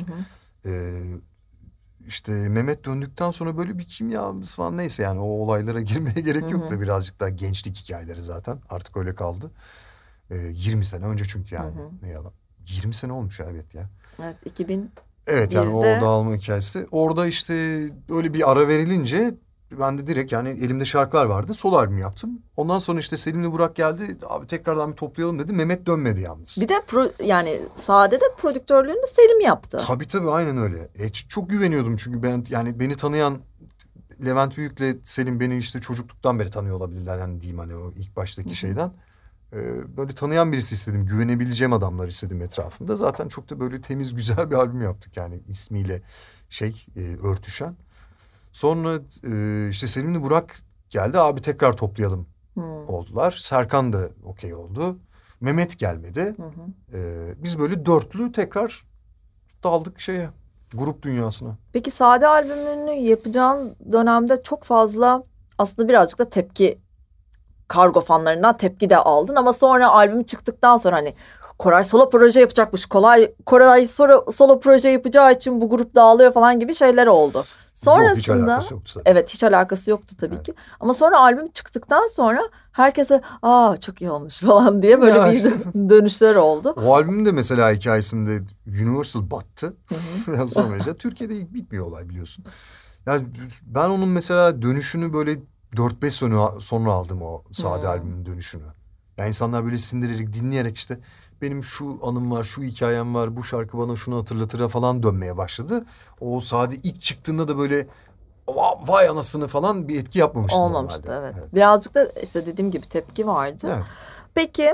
İşte Mehmet döndükten sonra böyle bir kimyamız falan neyse yani o olaylara girmeye gerek yok da birazcık daha gençlik hikayeleri zaten artık öyle kaldı. 20 sene önce çünkü yani ne yalan. 20 sene olmuş evet ya. Evet 2000. Evet yani o de- dağılma hikayesi. Orada işte öyle bir ara verilince ben de direkt yani elimde şarkılar vardı. Solo albüm yaptım. Ondan sonra işte Selim'le Burak geldi. Abi tekrardan bir toplayalım dedi. Mehmet dönmedi yalnız. Bir de yani Sade'de prodüktörlüğünü Selim yaptı. Tabii aynen öyle. Çok güveniyordum çünkü ben yani beni tanıyan Levent Büyük'le Selim beni işte çocukluktan beri tanıyor olabilirler hani diyeyim hani o ilk baştaki şeyden. Böyle tanıyan birisi istedim. Güvenebileceğim adamlar istedim etrafımda. Zaten çok da böyle temiz güzel bir albüm yaptık yani ismiyle örtüşen. Sonra işte Selim'le Burak geldi abi tekrar toplayalım oldular. Serkan da okey oldu. Mehmet gelmedi. Biz böyle dörtlü tekrar daldık grup dünyasına. Peki Sade albümünü yapacağın dönemde çok fazla aslında birazcık da kargo fanlarından tepki de aldın ama sonra albüm çıktıktan sonra hani Koray solo proje yapacakmış. Koray solo proje yapacağı için bu grup dağılıyor falan gibi şeyler oldu. Sonrasında Yok hiç alakası yoktu tabii. evet hiç alakası yoktu tabii ki. Ama sonra albüm çıktıktan sonra herkese çok iyi olmuş falan diye böyle Ya bir işte. dönüşler oldu. O albümün de mesela hikayesinde Universal battı. Sonra işte Türkiye'de ilk bitmiyor olay biliyorsun. Yani ben onun mesela dönüşünü böyle 4-5 sene sonra aldım o Sade albümün dönüşünü. Yani insanlar böyle sindirerek dinleyerek işte benim şu anım var, şu hikayem var, bu şarkı bana şunu hatırlatır falan dönmeye başladı. O Sade ilk çıktığında da böyle vay anasını falan bir etki yapmamıştı Olmamıştı normalde. evet. Birazcık da işte dediğim gibi tepki vardı. Evet. Peki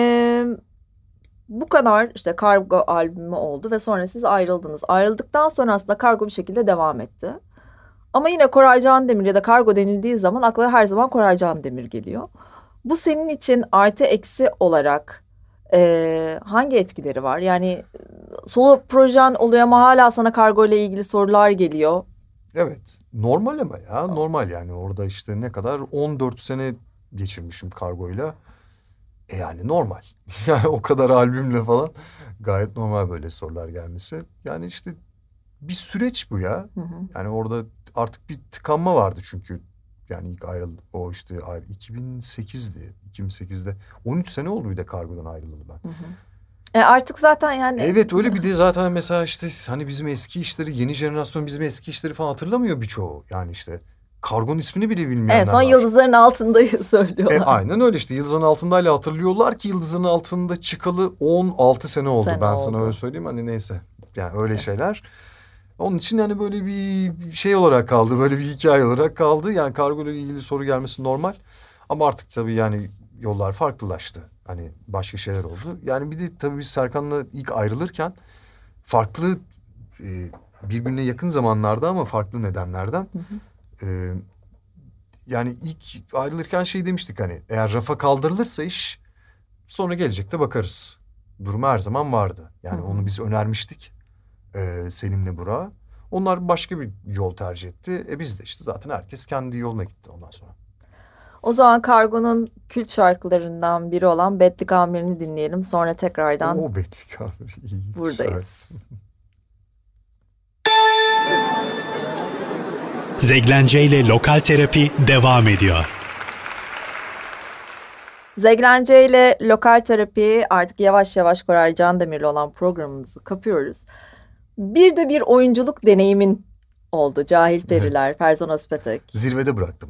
bu kadar işte Kargo albümü oldu ve sonra siz ayrıldınız. Ayrıldıktan sonra aslında Kargo bir şekilde devam etti. Ama yine Koray Can ya da Kargo denildiği zaman akla her zaman Koray Can geliyor. Bu senin için artı eksi olarak hangi etkileri var? Yani solo projen oluyor ama hala sana Kargo ile ilgili sorular geliyor. Evet. Normal ama ya. Normal yani. Orada işte ne kadar? 14 sene geçirmişim Kargo'yla. Yani normal. Yani o kadar albümle falan gayet normal böyle sorular gelmesi. Yani işte bir süreç bu ya. Yani orada artık bir tıkanma vardı çünkü. Yani ilk ayrıldı. O işte 2008'di. 2008'de 13 sene oldu bir de Kargo'dan ayrılalı ben. Artık zaten yani... Evet öyle bir de zaten mesela işte hani bizim eski işleri, yeni jenerasyon bizim eski işleri falan hatırlamıyor birçoğu. Yani işte Kargo'nun ismini bile bilmeyenler en son var. Yıldızların Altında'yı söylüyorlar. Aynen öyle işte Yıldızların Altında'yla hatırlıyorlar ki Yıldızların Altında çıkalı 16 sene oldu. Ben sana öyle söyleyeyim hani neyse. Yani öyle şeyler. Onun için yani böyle bir şey olarak kaldı. Böyle bir hikaye olarak kaldı. Yani Kargo ile ilgili soru gelmesi normal. Ama artık tabii yani yollar farklılaştı. Hani başka şeyler oldu. Yani bir de tabii biz Serkan'la ilk ayrılırken farklı birbirine yakın zamanlarda ama farklı nedenlerden yani ilk ayrılırken şey demiştik hani eğer rafa kaldırılırsa iş sonra gelecekte bakarız. Durumu her zaman vardı. Yani onu biz önermiştik Selim'le Burak'a. Onlar başka bir yol tercih etti. Biz de işte zaten herkes kendi yoluna gitti ondan sonra. O zaman Kargo'nun kült şarkılarından biri olan Betlik Amir'ini dinleyelim. Sonra tekrardan O Betlik Amir iyi. buradayız. Zeglence ile Lokal Terapi devam ediyor. Zeglence ile Lokal Terapi artık yavaş yavaş Koray Candemir'le olan programımızı kapıyoruz. Bir de bir oyunculuk deneyimin oldu. Cahil Periler, Evet. Ferzan Özpetek. Zirvede bıraktım.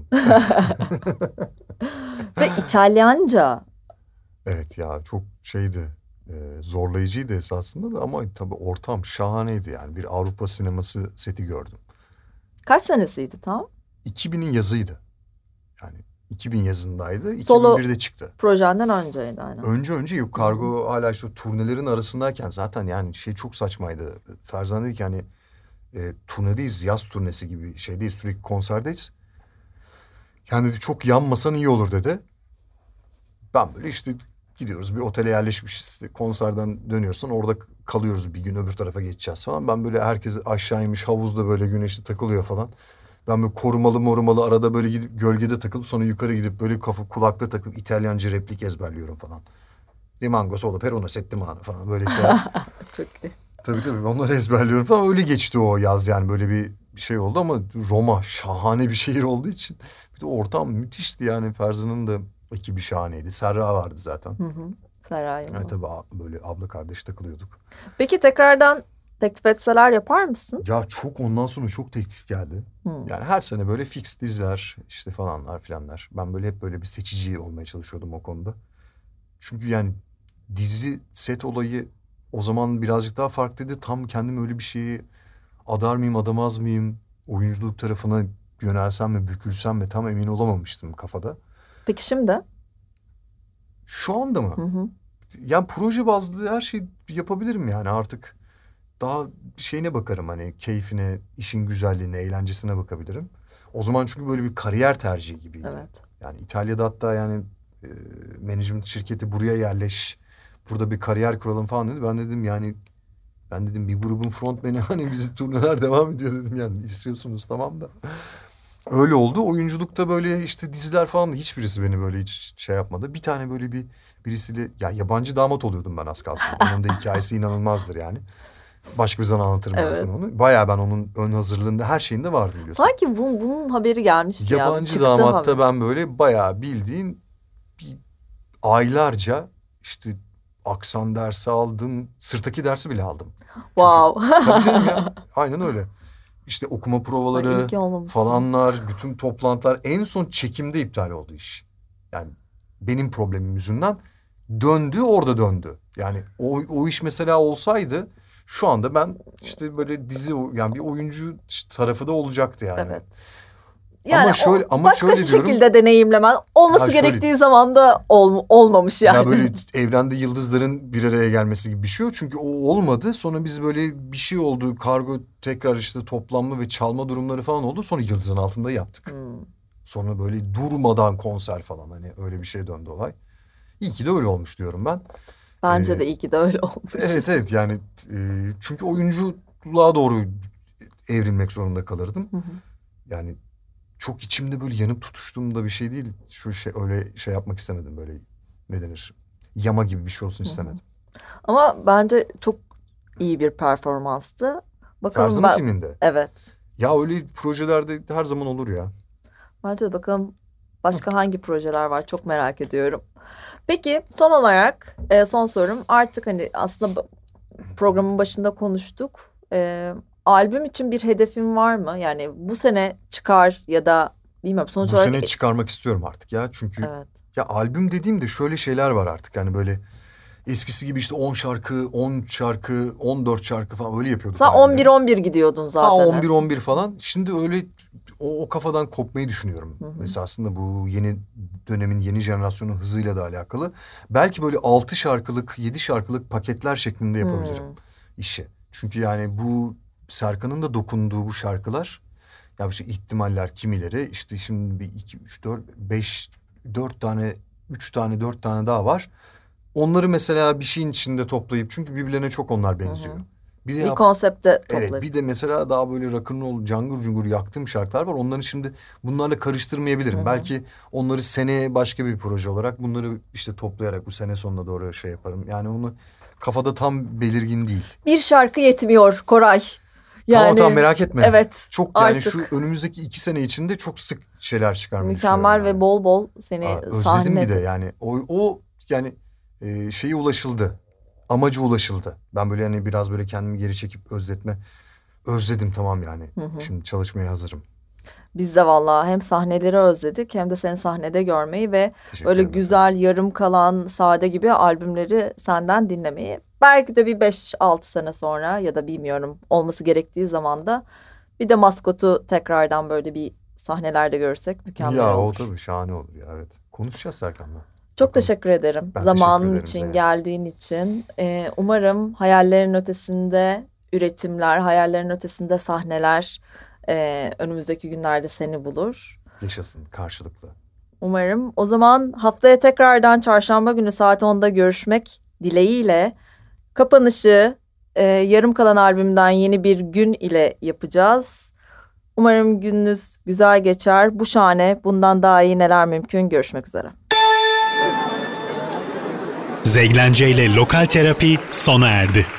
Ve İtalyanca. Evet ya çok şeydi. Zorlayıcıydı esasında da ama tabii ortam şahaneydi yani. Bir Avrupa sineması seti gördüm. Kaç senesiydi tam? 2000'in yazıydı. Yani 2000 yazındaydı. Solo 2001'de çıktı. projenden önceydi aynen. Önce yok Kargo hala şu turnelerin arasındayken zaten yani şey çok saçmaydı. Ferzan dedi ki hani turnedeyiz, yaz turnesi gibi şey değil, sürekli konserdeyiz. Yani dedi çok yanmasan iyi olur dedi. Ben böyle işte gidiyoruz bir otele yerleşmişiz. Konserden dönüyorsun orada kalıyoruz bir gün öbür tarafa geçeceğiz falan. Ben böyle herkes aşağı inmiş havuzda böyle güneşli takılıyor falan. Ben böyle korumalı arada böyle gidip gölgede takılıp sonra yukarı gidip böyle kulaklığı takıp İtalyanca replik ezberliyorum falan. Rimango solo per una settimana falan böyle şeyler. Çok iyi. Tabii onları ezberliyorum falan. Öyle geçti o yaz yani böyle bir şey oldu ama Roma şahane bir şehir olduğu için. Bir de ortam müthişti yani Ferzan'ın da ekibi şahaneydi. Serra vardı zaten. Serra Yılmaz. Evet tabii böyle abla kardeş takılıyorduk. Peki tekrardan teklif etseler yapar mısın? Ya çok ondan sonra çok teklif geldi. Yani her sene böyle fix diziler işte falanlar filanlar. Ben böyle hep böyle bir seçici olmaya çalışıyordum o konuda. Çünkü yani dizi set olayı o zaman birazcık daha farklıydı. Tam kendim öyle bir şeyi adar mıyım adamaz mıyım? Oyunculuk tarafına yönelsem mi bükülsem mi tam emin olamamıştım kafada. Peki şimdi? Şu anda mı? Yani proje bazlı her şeyi yapabilirim yani artık. Daha şeyine bakarım hani keyfine, işin güzelliğine, eğlencesine bakabilirim. O zaman çünkü böyle bir kariyer tercihi gibiydi. Evet. Yani İtalya'da hatta yani management şirketi buraya yerleş, burada bir kariyer kuralım falan dedi. Ben dedim bir grubun frontmeni hani bizim turneler devam ediyor dedim yani istiyorsunuz tamam da. Öyle oldu. Oyunculukta böyle işte diziler falan da hiçbirisi beni böyle hiç şey yapmadı. Bir tane böyle birisiyle ya yabancı damat oluyordum ben az kalsın. Onun da hikayesi inanılmazdır yani. Başka bir zaman anlatırım ben Evet. sana onu. Bayağı ben onun ön hazırlığında her şeyinde vardı biliyorsun. Sanki bunun haberi gelmişti ya. Yabancı Çıktı damatta haber. ben böyle bayağı bildiğin aylarca işte aksan dersi aldım. Sırtaki dersi bile aldım. Wow. Tabii canım ya. Aynen öyle. İşte okuma Ay, provaları iyi ki olmamışsın. falanlar, bütün toplantılar en son çekimde iptal oldu iş. Yani benim problemim yüzünden orada döndü. Yani o iş mesela olsaydı şu anda ben işte böyle yani bir oyuncu tarafı da olacaktı yani. Evet. Yani başka şöyle diyorum. şekilde deneyimlemen olması şöyle- gerektiği zamanda olmamış yani. Ya böyle evrende yıldızların bir araya gelmesi gibi bir şey yok. Çünkü o olmadı. Sonra biz böyle bir şey oldu. Kargo tekrar işte toplanma ve çalma durumları falan oldu. Sonra yıldızın altında yaptık. Sonra böyle durmadan konser falan hani öyle bir şey döndü olay. İyi ki de öyle olmuş diyorum ben. Bence de iyi ki de öyle olmuş. Evet yani çünkü oyunculuğa doğru evrilmek zorunda kalırdım. Yani çok içimde böyle yanıp tutuştuğum da bir şey değil. Öyle şey yapmak istemedim böyle ne denir? Yama gibi bir şey olsun istemedim. Ama bence çok iyi bir performanstı. Bakalım Ferzan'ın filminde. Evet. Ya öyle projelerde her zaman olur ya. Bence de bakalım başka hangi projeler var çok merak ediyorum. Peki son olarak son sorum artık hani aslında programın başında konuştuk. Albüm için bir hedefin var mı? Yani bu sene çıkar ya da bilmiyorum sonuç Bu olarak. sene çıkarmak istiyorum artık ya. Çünkü Evet. ya albüm dediğimde şöyle şeyler var artık. Yani böyle eskisi gibi işte 10 şarkı, 10 şarkı, 14 şarkı falan öyle yapıyorduk. Sen albümleri. 11-11 gidiyordun zaten. Ha 11-11 falan. Şimdi öyle o kafadan kopmayı düşünüyorum. Mesela aslında bu yeni dönemin yeni jenerasyonun hızıyla da alakalı. Belki böyle 6 şarkılık, 7 şarkılık paketler şeklinde yapabilirim işi. Çünkü yani bu Serkan'ın da dokunduğu bu şarkılar ya işte ihtimaller kimileri işte şimdi bir 2 3 4 5 4 tane 3 tane 4 tane daha var. Onları mesela bir şeyin içinde toplayıp çünkü birbirlerine çok onlar benziyor. bir konsepte toplayıp. Evet, bir de mesela daha böyle rock'n'roll, cangır cungur yaktığım şarkılar var. Onları şimdi bunlarla karıştırmayabilirim. Belki onları seneye başka bir proje olarak bunları işte toplayarak bu sene sonuna doğru şey yaparım. Yani onu kafada tam belirgin değil. Bir şarkı yetmiyor Koray. Tamam merak etme. Evet. Çok yani artık. şu önümüzdeki 2 sene içinde çok sık şeyler çıkarmayı Mükemmel düşünüyorum. ve bol bol seni Özledim sahnede. bir de yani o yani şeye ulaşıldı. Amaca ulaşıldı. Ben böyle hani biraz böyle kendimi geri çekip özledim tamam yani. Şimdi çalışmaya hazırım. Biz de vallahi hem sahneleri özledik hem de seni sahnede görmeyi ve öyle güzel yarım kalan sade gibi albümleri senden dinlemeyi. Belki de bir 5-6 sene sonra ya da bilmiyorum olması gerektiği zaman da bir de Maskot'u tekrardan böyle bir sahnelerde görsek mükemmel ya, olur. o tabii şahane olur ya, evet. Konuşacağız Serkan'la. Çok teşekkür ederim Ben zamanın teşekkür ederim için, Zeynep. geldiğin için. Umarım hayallerin ötesinde üretimler, hayallerin ötesinde sahneler önümüzdeki günlerde seni bulur. Yaşasın karşılıklı. Umarım. O zaman haftaya tekrardan çarşamba günü saat 10'da görüşmek dileğiyle kapanışı yarım kalan albümden yeni bir gün ile yapacağız. Umarım gününüz güzel geçer. Bu şahane, bundan daha iyi neler mümkün. Görüşmek üzere. Zeglence ile Lokal Terapi sona erdi.